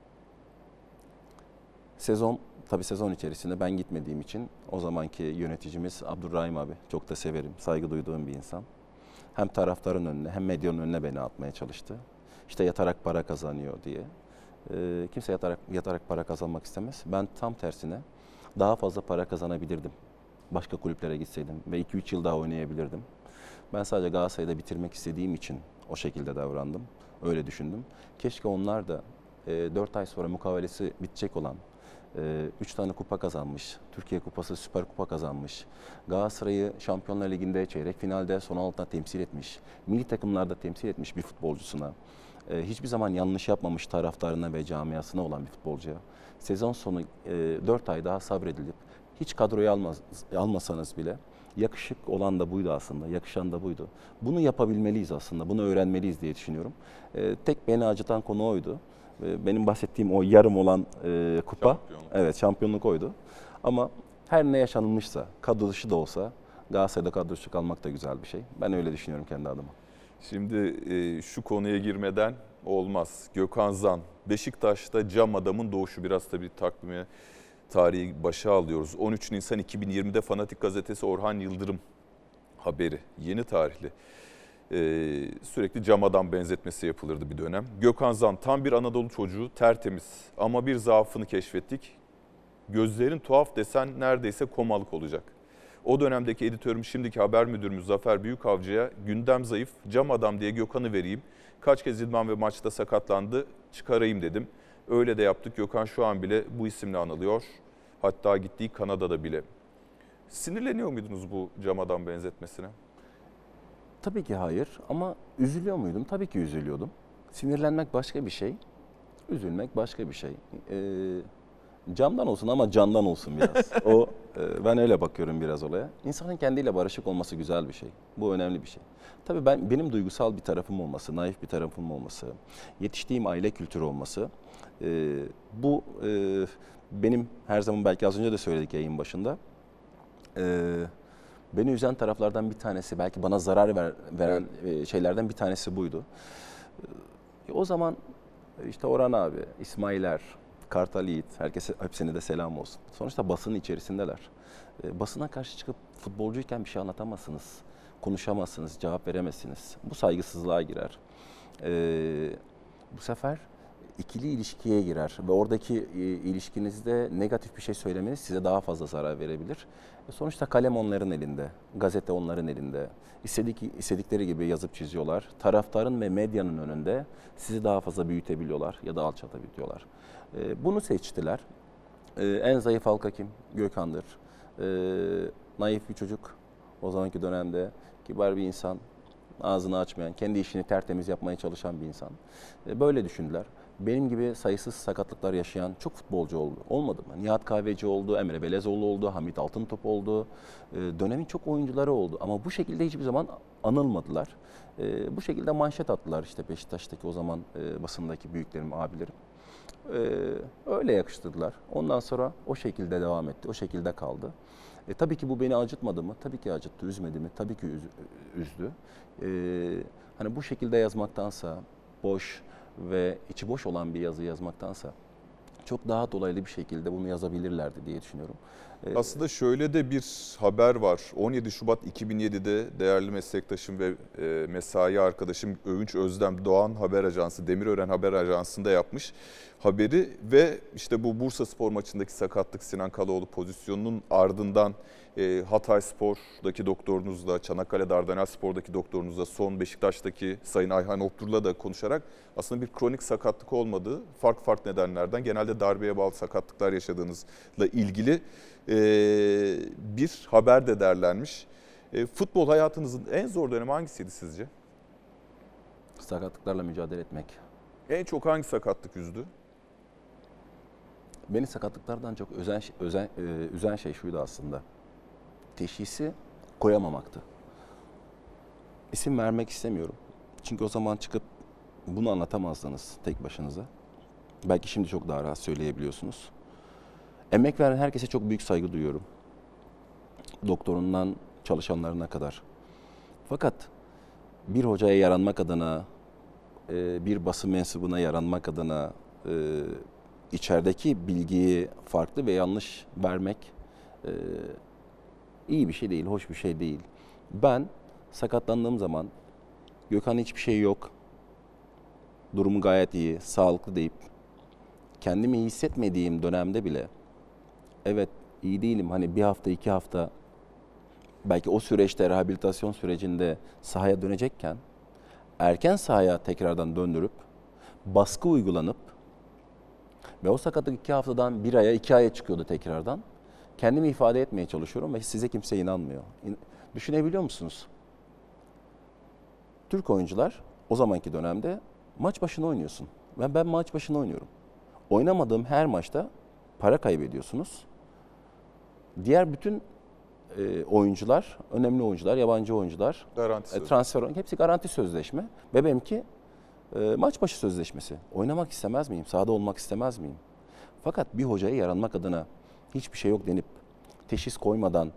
sezon, tabii sezon içerisinde ben gitmediğim için o zamanki yöneticimiz Abdurrahim abi, çok da severim, saygı duyduğum bir insan. Hem taraftarın önüne hem medyanın önüne beni atmaya çalıştı. İşte yatarak para kazanıyor diye. E, kimse yatarak, yatarak para kazanmak istemez. Ben tam tersine daha fazla para kazanabilirdim. Başka kulüplere gitseydim ve iki üç yıl daha oynayabilirdim. Ben sadece Galatasaray'da bitirmek istediğim için o şekilde davrandım. Öyle düşündüm. Keşke onlar da e, dört ay sonra mukavelesi bitecek olan, üç tane kupa kazanmış, Türkiye Kupası, Süper Kupa kazanmış, Galatasaray'ı Şampiyonlar Ligi'nde çeyrek finalde son altıda temsil etmiş, milli takımlarda temsil etmiş bir futbolcusuna, hiçbir zaman yanlış yapmamış taraftarına ve camiasına olan bir futbolcuya, sezon sonu dört ay daha sabredilip hiç kadroya almaz, almasanız bile Yakışık olan da buydu aslında, yakışan da buydu. Bunu yapabilmeliyiz aslında, bunu öğrenmeliyiz diye düşünüyorum. E, tek beni acıtan konu oydu. E, benim bahsettiğim o yarım olan e, kupa, Şampiyonluk. evet şampiyonluk oydu. Ama her ne yaşanılmışsa, kadro dışı da olsa Galatasaray'da kadro dışı kalmak da güzel bir şey. Ben öyle düşünüyorum kendi adıma. Şimdi e, şu konuya girmeden olmaz. Gökhan Zan, Beşiktaş'ta cam adamın doğuşu, biraz tabii takvime tarihi başa alıyoruz. on üç Nisan iki bin yirmide Fanatik Gazetesi Orhan Yıldırım haberi, yeni tarihli. Ee, sürekli cam adam benzetmesi yapılırdı bir dönem. Gökhan Zan tam bir Anadolu çocuğu, tertemiz ama bir zaafını keşfettik. Gözlerin tuhaf desen neredeyse komalık olacak. O dönemdeki editörüm, şimdiki haber müdürümüz Zafer Büyükavcı'ya gündem zayıf, cam adam diye Gökhan'ı vereyim. Kaç kez idman ve maçta sakatlandı, çıkarayım dedim. Öyle de yaptık. Gökhan şu an bile bu isimle anılıyor. Hatta gittiği Kanada'da bile. Sinirleniyor muydunuz bu cam adam benzetmesine? Tabii ki hayır ama üzülüyor muydum? Tabii ki üzülüyordum. Sinirlenmek başka bir şey, üzülmek başka bir şey. Ee, camdan olsun ama candan olsun biraz. O e, ben öyle bakıyorum biraz olaya. İnsanın kendiyle barışık olması güzel bir şey. Bu önemli bir şey. Tabii ben benim duygusal bir tarafım olması, naif bir tarafım olması, yetiştiğim aile kültürü olması, e, bu e, benim her zaman belki az önce de söyledik yayın başında. E, Beni üzen taraflardan bir tanesi, belki bana zarar ver, veren e, şeylerden bir tanesi buydu. E, o zaman işte Orhan abi, İsmailer, Kartal Yiğit, herkese, hepsine de selam olsun. Sonuçta basının içerisindeler. E, basına karşı çıkıp futbolcuyken bir şey anlatamazsınız, konuşamazsınız, cevap veremezsiniz. Bu saygısızlığa girer. E, bu sefer ikili ilişkiye girer ve oradaki e, ilişkinizde negatif bir şey söylemeniz size daha fazla zarar verebilir. E, sonuçta kalem onların elinde, gazete onların elinde. İstedik, istedikleri gibi yazıp çiziyorlar. Taraftarın ve medyanın önünde sizi daha fazla büyütebiliyorlar ya da alçaltabiliyorlar. E, bunu seçtiler. E, en zayıf halka kim? Gökhan'dır. E, naif bir çocuk o zamanki dönemde, kibar bir insan, ağzını açmayan, kendi işini tertemiz yapmaya çalışan bir insan. E, böyle düşündüler. Benim gibi sayısız sakatlıklar yaşayan çok futbolcu oldu. Olmadı mı? Nihat Kahveci oldu, Emre Belezoğlu oldu, Hamit Altıntop oldu. E, dönemin çok oyuncuları oldu. Ama bu şekilde hiçbir zaman anılmadılar. E, bu şekilde manşet attılar işte Beşiktaş'taki o zaman e, basındaki büyüklerim, abilerim. E, öyle yakıştırdılar. Ondan sonra o şekilde devam etti, o şekilde kaldı. E, tabii ki bu beni acıtmadı mı? Tabii ki acıttı, üzmedi mi? Tabii ki üz, üzdü. E, hani bu şekilde yazmaktansa, boş ve içi boş olan bir yazı yazmaktansa çok daha dolaylı bir şekilde bunu yazabilirlerdi diye düşünüyorum. E, Aslında şöyle de bir haber var. on yedi Şubat iki bin yedide değerli meslektaşım ve e, mesai arkadaşım Övünç Özdem Doğan Haber Ajansı, Demirören Haber Ajansı'nda yapmış haberi ve işte bu Bursaspor maçındaki sakatlık, Sinan Kalaoğlu pozisyonunun ardından e, Hatayspor'daki doktorunuzla, Çanakkale Dardanelspor'daki doktorunuzla, son Beşiktaş'taki Sayın Ayhan Optur'la da konuşarak aslında bir kronik sakatlık olmadığı, farklı farklı nedenlerden genelde darbeye bağlı sakatlıklar yaşadığınızla ilgili e, bir haber de derlenmiş. E, futbol hayatınızın en zor dönemi hangisiydi sizce? sakatlıklarla mücadele etmek. En çok hangi sakatlık üzdü? Beni sakatlıklardan çok özen, özen, e, üzen şey şuydu aslında. Teşhisi koyamamaktı. İsim vermek istemiyorum. Çünkü o zaman çıkıp bunu anlatamazdınız tek başınıza. Belki şimdi çok daha rahat söyleyebiliyorsunuz. Emek veren herkese çok büyük saygı duyuyorum. Doktorundan çalışanlarına kadar. Fakat bir hocaya yaranmak adına, bir basın mensubuna yaranmak adına içerideki bilgiyi farklı ve yanlış vermek iyi bir şey değil, hoş bir şey değil. Ben sakatlandığım zaman Gökhan hiçbir şey yok, durumu gayet iyi, sağlıklı deyip kendimi iyi hissetmediğim dönemde bile evet iyi değilim, hani bir hafta iki hafta belki o süreçte rehabilitasyon sürecinde sahaya dönecekken erken sahaya tekrardan döndürüp baskı uygulanıp ve o sakatlık iki haftadan bir aya iki aya çıkıyordu tekrardan. Kendimi ifade etmeye çalışıyorum ve size kimse inanmıyor. Düşünebiliyor musunuz? Türk oyuncular o zamanki dönemde maç başına oynuyorsun. Ben, ben maç başına oynuyorum. Oynamadığım her maçta para kaybediyorsunuz. Diğer bütün e, oyuncular, önemli oyuncular, yabancı oyuncular, Garanti e, sözleşme. transfer hepsi garanti sözleşme ve benimki e, maç başı sözleşmesi. Oynamak istemez miyim? Sahada olmak istemez miyim? Fakat bir hocaya yaranmak adına hiçbir şey yok denip teşhis koymadan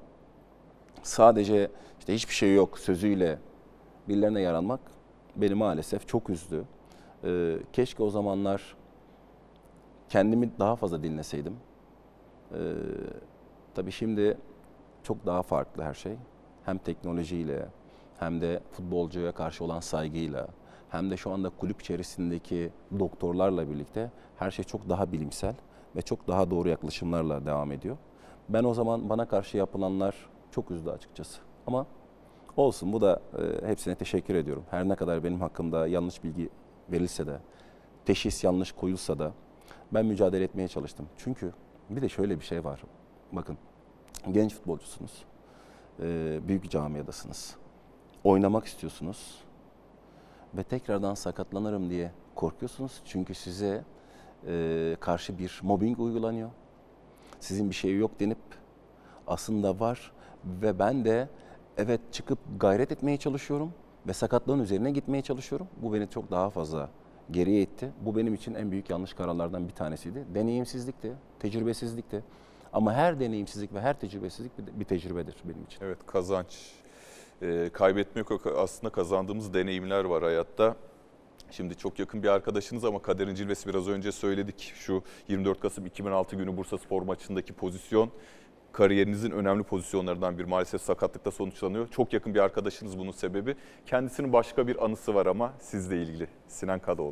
sadece işte hiçbir şey yok sözüyle birilerine yaranmak beni maalesef çok üzdü. Ee, keşke o zamanlar kendimi daha fazla dinleseydim. Ee, tabii şimdi çok daha farklı her şey. Hem teknolojiyle hem de futbolcuya karşı olan saygıyla hem de şu anda kulüp içerisindeki doktorlarla birlikte her şey çok daha bilimsel ve çok daha doğru yaklaşımlarla devam ediyor. Ben o zaman bana karşı yapılanlar çok üzdü açıkçası. Ama olsun, bu da e, hepsine teşekkür ediyorum. Her ne kadar benim hakkımda yanlış bilgi verilse de, teşhis yanlış koyulsa da ben mücadele etmeye çalıştım. Çünkü bir de şöyle bir şey var. Bakın, genç futbolcusunuz. E, büyük camiadasınız. Oynamak istiyorsunuz. Ve tekrardan sakatlanırım diye korkuyorsunuz. Çünkü size e, karşı bir mobbing uygulanıyor. Sizin bir şey yok denip aslında var ve ben de evet çıkıp gayret etmeye çalışıyorum ve sakatlığın üzerine gitmeye çalışıyorum. Bu beni çok daha fazla geriye itti. Bu benim için en büyük yanlış kararlardan bir tanesiydi. Deneyimsizlikti, tecrübesizlikti. Ama her deneyimsizlik ve her tecrübesizlik bir, bir tecrübedir benim için. Evet, kazanç. Ee, kaybetmek yok, aslında kazandığımız deneyimler var hayatta. Şimdi çok yakın bir arkadaşınız ama kaderin cilvesi, biraz önce söyledik. Şu yirmi dört Kasım iki bin altı günü Bursaspor maçındaki pozisyon kariyerinizin önemli pozisyonlarından bir, maalesef sakatlıkla sonuçlanıyor. Çok yakın bir arkadaşınız bunun sebebi. Kendisinin başka bir anısı var ama sizle ilgili. Sinan Kadıoğlu.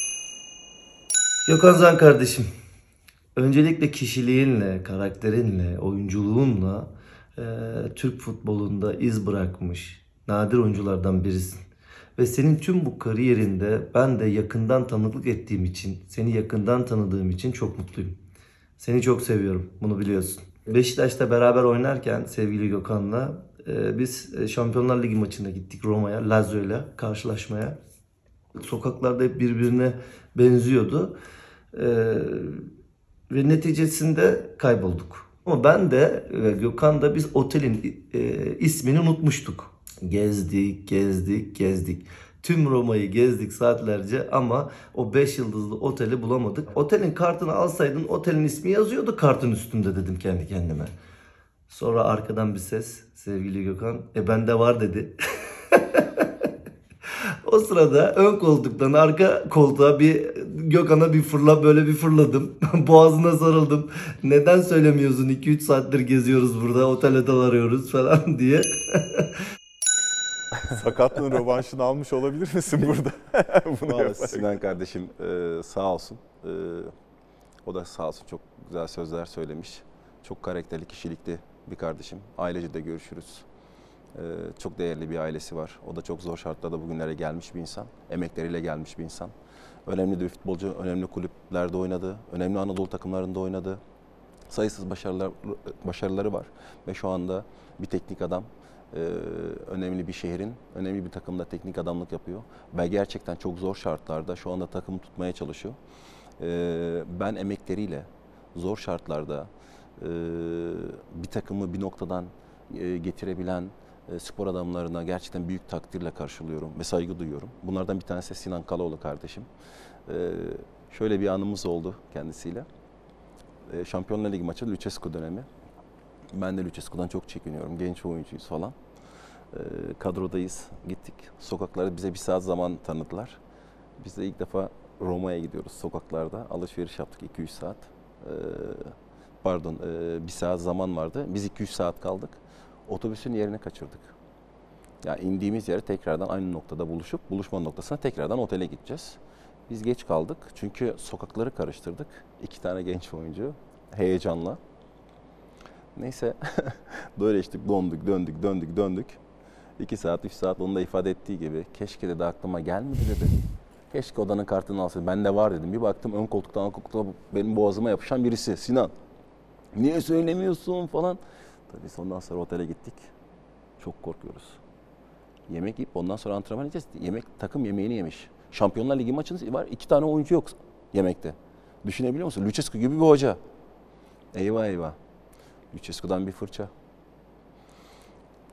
Gökhan Zan kardeşim, öncelikle kişiliğinle, karakterinle, oyunculuğunla e, Türk futbolunda iz bırakmış nadir oyunculardan birisin. Ve senin tüm bu kariyerinde ben de yakından tanıklık ettiğim için, seni yakından tanıdığım için çok mutluyum. Seni çok seviyorum, bunu biliyorsun. Beşiktaş'ta beraber oynarken sevgili Gökhan'la e, biz Şampiyonlar Ligi maçına gittik Roma'ya, Lazio'yla karşılaşmaya. Sokaklarda hep birbirine benziyordu. E, ve neticesinde kaybolduk. Ama ben de ve Gökhan da biz otelin e, ismini unutmuştuk. Gezdik, gezdik, gezdik. Tüm Roma'yı gezdik saatlerce ama o beş yıldızlı oteli bulamadık. Otelin kartını alsaydın otelin ismi yazıyordu kartın üstünde dedim kendi kendime. Sonra arkadan bir ses, sevgili Gökhan, e bende var dedi. O sırada ön koltuktan arka koltuğa bir Gökhan'a bir fırla böyle bir fırladım. Boğazına sarıldım. Neden söylemiyorsun, iki üç saattir geziyoruz burada, otel otel arıyoruz falan diye. Sakatlığın rövanşını almış olabilir misin burada? Bunu Vallahi yaparak. Sinan kardeşim e, sağ olsun. E, o da sağ olsun, çok güzel sözler söylemiş. Çok karakterli, kişilikli bir kardeşim. Ailece de görüşürüz. E, çok değerli bir ailesi var. O da çok zor şartlarda bugünlere gelmiş bir insan. Emekleriyle gelmiş bir insan. Önemli bir futbolcu, önemli kulüplerde oynadı. Önemli Anadolu takımlarında oynadı. Sayısız başarılar, başarıları var. Ve şu anda bir teknik adam. Ee, önemli bir şehrin, önemli bir takımda teknik adamlık yapıyor. Ve gerçekten çok zor şartlarda şu anda takımı tutmaya çalışıyor. Ee, ben emekleriyle zor şartlarda e, bir takımı bir noktadan e, getirebilen e, spor adamlarına gerçekten büyük takdirle karşılıyorum ve saygı duyuyorum. Bunlardan bir tanesi Sinan Kalaoğlu kardeşim. Ee, şöyle bir anımız oldu kendisiyle. Ee, Şampiyonlar Ligi maçı, Lucescu dönemi. Ben de Lucescu'dan çok çekiniyorum. Genç oyuncuyuz falan. Ee, kadrodayız. Gittik. Sokaklarda bize bir saat zaman tanıdılar. Biz de ilk defa Roma'ya gidiyoruz sokaklarda. Alışveriş yaptık iki üç saat. Ee, pardon e, bir saat zaman vardı. Biz iki üç saat kaldık. Otobüsün yerini kaçırdık. Yani indiğimiz yere tekrardan aynı noktada buluşup buluşma noktasına tekrardan otele gideceğiz. Biz geç kaldık. Çünkü sokakları karıştırdık. İki tane genç oyuncu heyecanla. Neyse böyle işte döndük, döndük, döndük, döndük. İki saat, üç saat onun da ifade ettiği gibi. Keşke dedi, aklıma gelmedi dedi. Keşke odanın kartını alsaydım. Bende var dedim. Bir baktım ön koltuktan, ön koltukta benim boğazıma yapışan birisi. Sinan, niye söylemiyorsun falan. Tabii ondan sonra otele gittik. Çok korkuyoruz. Yemek yiyip ondan sonra antrenman edeceğiz. Yemek, takım yemeğini yemiş. Şampiyonlar Ligi maçınız var. İki tane oyuncu yok yemekte. Düşünebiliyor musun? Lucescu gibi bir hoca. Eyvah eyvah. Lucescu'dan bir fırça.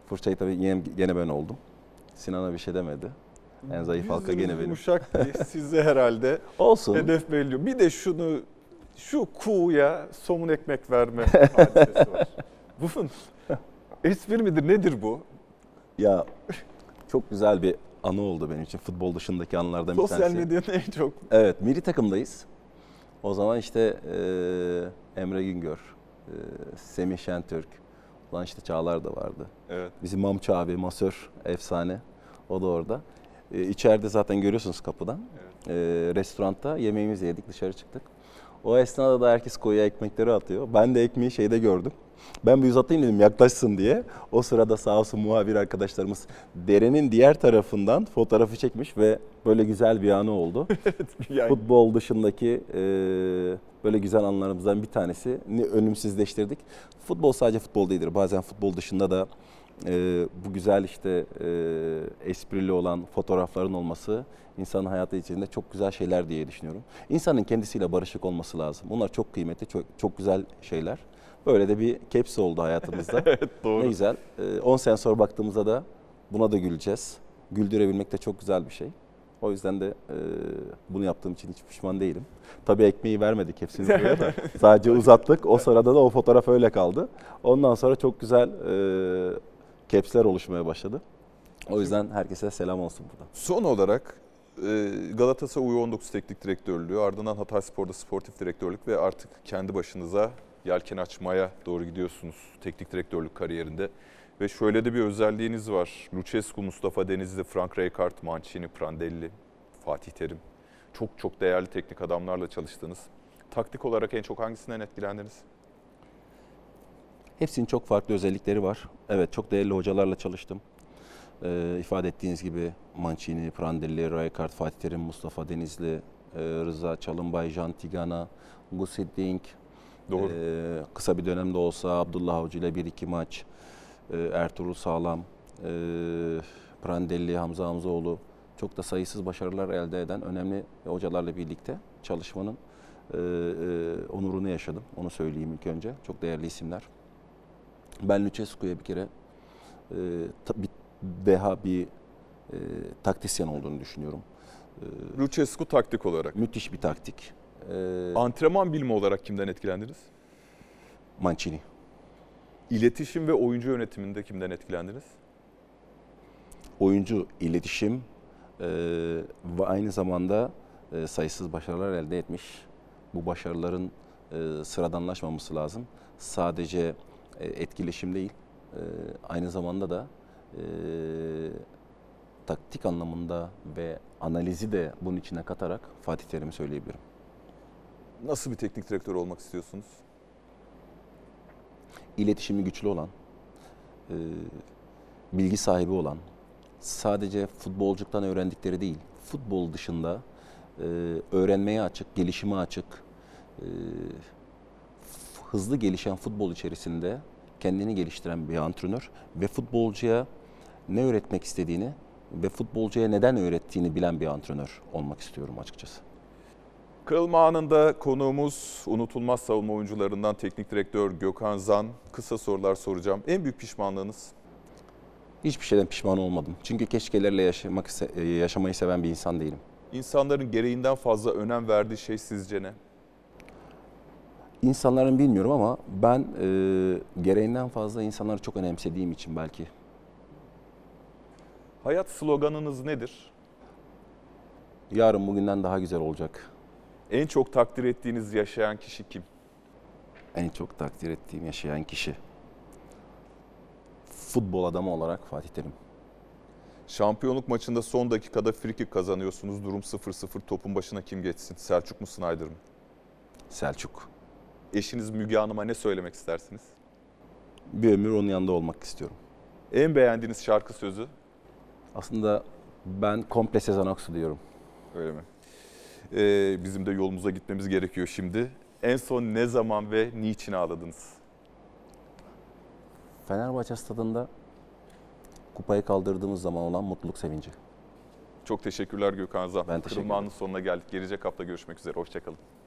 Fırçayı tabii yine, gene ben oldum. Sinan'a bir şey demedi. En zayıf halka Yüzünüz gene benim. yumuşak diye size herhalde Olsun. hedef belirliyor. Bir de şunu, şu kuğuya somun ekmek verme hadisesi var. Bunun espri midir, nedir bu? Ya çok güzel bir anı oldu benim için. Futbol dışındaki anılardan bir Sosyal tanesi. medyanın en çok... Evet, milli takımdayız. O zaman işte e, Emre Güngör, e, Semih Şentürk, ulan işte Çağlar da vardı. Evet. Bizim Mamçı abi, masör, efsane. O da orada. E, içeride zaten görüyorsunuz kapıdan. Evet. E, restoranda yemeğimizi yedik, dışarı çıktık. O esnada da herkes koyuya ekmekleri atıyor. Ben de ekmeği şeyde gördüm. Ben bir uzatayım dedim yaklaşsın diye. O sırada sağ olsun muhabir arkadaşlarımız derenin diğer tarafından fotoğrafı çekmiş ve böyle güzel bir anı oldu. Yani Futbol dışındaki e, böyle güzel anlarımızdan bir tanesini ölümsüzleştirdik. Futbol sadece futbol değildir. Bazen futbol dışında da e, bu güzel işte e, esprili olan fotoğrafların olması insanın hayatı içinde çok güzel şeyler diye düşünüyorum. İnsanın kendisiyle barışık olması lazım. Bunlar çok kıymetli, çok, çok güzel şeyler. Böyle de bir caps oldu hayatımızda. evet, doğru. Ne güzel. on sene sonra baktığımızda da buna da güleceğiz. Güldürebilmek de çok güzel bir şey. O yüzden de e, bunu yaptığım için hiç pişman değilim. Tabii ekmeği vermedik hepsini buraya da. Sadece uzattık. O sırada da o fotoğraf öyle kaldı. Ondan sonra çok güzel e, capsler oluşmaya başladı. O yüzden herkese selam olsun buradan. Son olarak e, Galatasaray U on dokuz Teknik Direktörlüğü, ardından Hatayspor'da Sportif Direktörlük ve artık kendi başınıza yelken açmaya doğru gidiyorsunuz teknik direktörlük kariyerinde. Ve şöyle de bir özelliğiniz var. Lucescu, Mustafa Denizli, Frank Rijkaard, Mancini, Prandelli, Fatih Terim. Çok çok değerli teknik adamlarla çalıştınız. Taktik olarak en çok hangisinden etkilendiniz? Hepsinin çok farklı özellikleri var. Evet, çok değerli hocalarla çalıştım. Ee, ifade ettiğiniz gibi Mancini, Prandelli, Rijkaard, Fatih Terim, Mustafa Denizli, e, Rıza Çalınbay, Can Tigana, Gus Hiddink. Doğru. Ee, kısa bir dönemde olsa Abdullah Avcı ile bir iki maç, ee, Ertuğrul Sağlam, e, Prandelli, Hamza Hamzoğlu, çok da sayısız başarılar elde eden önemli hocalarla birlikte çalışmanın e, e, onurunu yaşadım. Onu söyleyeyim ilk önce. Çok değerli isimler. Ben Lucescu'ya bir kere e, ta, bir deha bir e, taktisyen olduğunu düşünüyorum. E, Lucescu taktik olarak. müthiş bir taktik. E, Antrenman bilimi olarak kimden etkilendiniz? Mancini. İletişim ve oyuncu yönetiminde kimden etkilendiniz? Oyuncu, iletişim e, ve aynı zamanda e, sayısız başarılar elde etmiş. Bu başarıların e, sıradanlaşmaması lazım. Sadece e, etkileşim değil, e, aynı zamanda da e, taktik anlamında ve analizi de bunun içine katarak Fatih Terim'i söyleyebilirim. Nasıl bir teknik direktör olmak istiyorsunuz? İletişimi güçlü olan, e, bilgi sahibi olan, sadece futbolculuktan öğrendikleri değil, futbol dışında e, öğrenmeye açık, gelişime açık, e, hızlı gelişen futbol içerisinde kendini geliştiren bir antrenör ve futbolcuya ne öğretmek istediğini ve futbolcuya neden öğrettiğini bilen bir antrenör olmak istiyorum açıkçası. Kırılma anında konuğumuz unutulmaz savunma oyuncularından teknik direktör Gökhan Zan. Kısa sorular soracağım. En büyük pişmanlığınız? Hiçbir şeyden pişman olmadım. Çünkü keşkelerle yaşamak, yaşamayı seven bir insan değilim. İnsanların gereğinden fazla önem verdiği şey sizce ne? İnsanların bilmiyorum ama ben e, gereğinden fazla insanları çok önemsediğim için belki. Hayat sloganınız nedir? Yarın bugünden daha güzel olacak. En çok takdir ettiğiniz yaşayan kişi kim? En çok takdir ettiğim yaşayan kişi. Futbol adamı olarak Fatih Terim. Şampiyonluk maçında son dakikada frikik kazanıyorsunuz. Durum sıfır sıfır. Topun başına kim geçsin? Selçuk mu, Snyder mı? Selçuk. Eşiniz Müge Hanım'a ne söylemek istersiniz? Bir ömür onun yanında olmak istiyorum. En beğendiğiniz şarkı sözü? Aslında ben komple Sezen Aksu diyorum. Öyle mi? Ee, bizim de yolumuza gitmemiz gerekiyor şimdi. En son ne zaman ve niçin ağladınız? Fenerbahçe stadında kupayı kaldırdığımız zaman olan mutluluk sevinci. Çok teşekkürler Gökhan Zan. Ben teşekkür Kırılma anının sonuna geldik. Gelecek hafta görüşmek üzere. Hoşçakalın.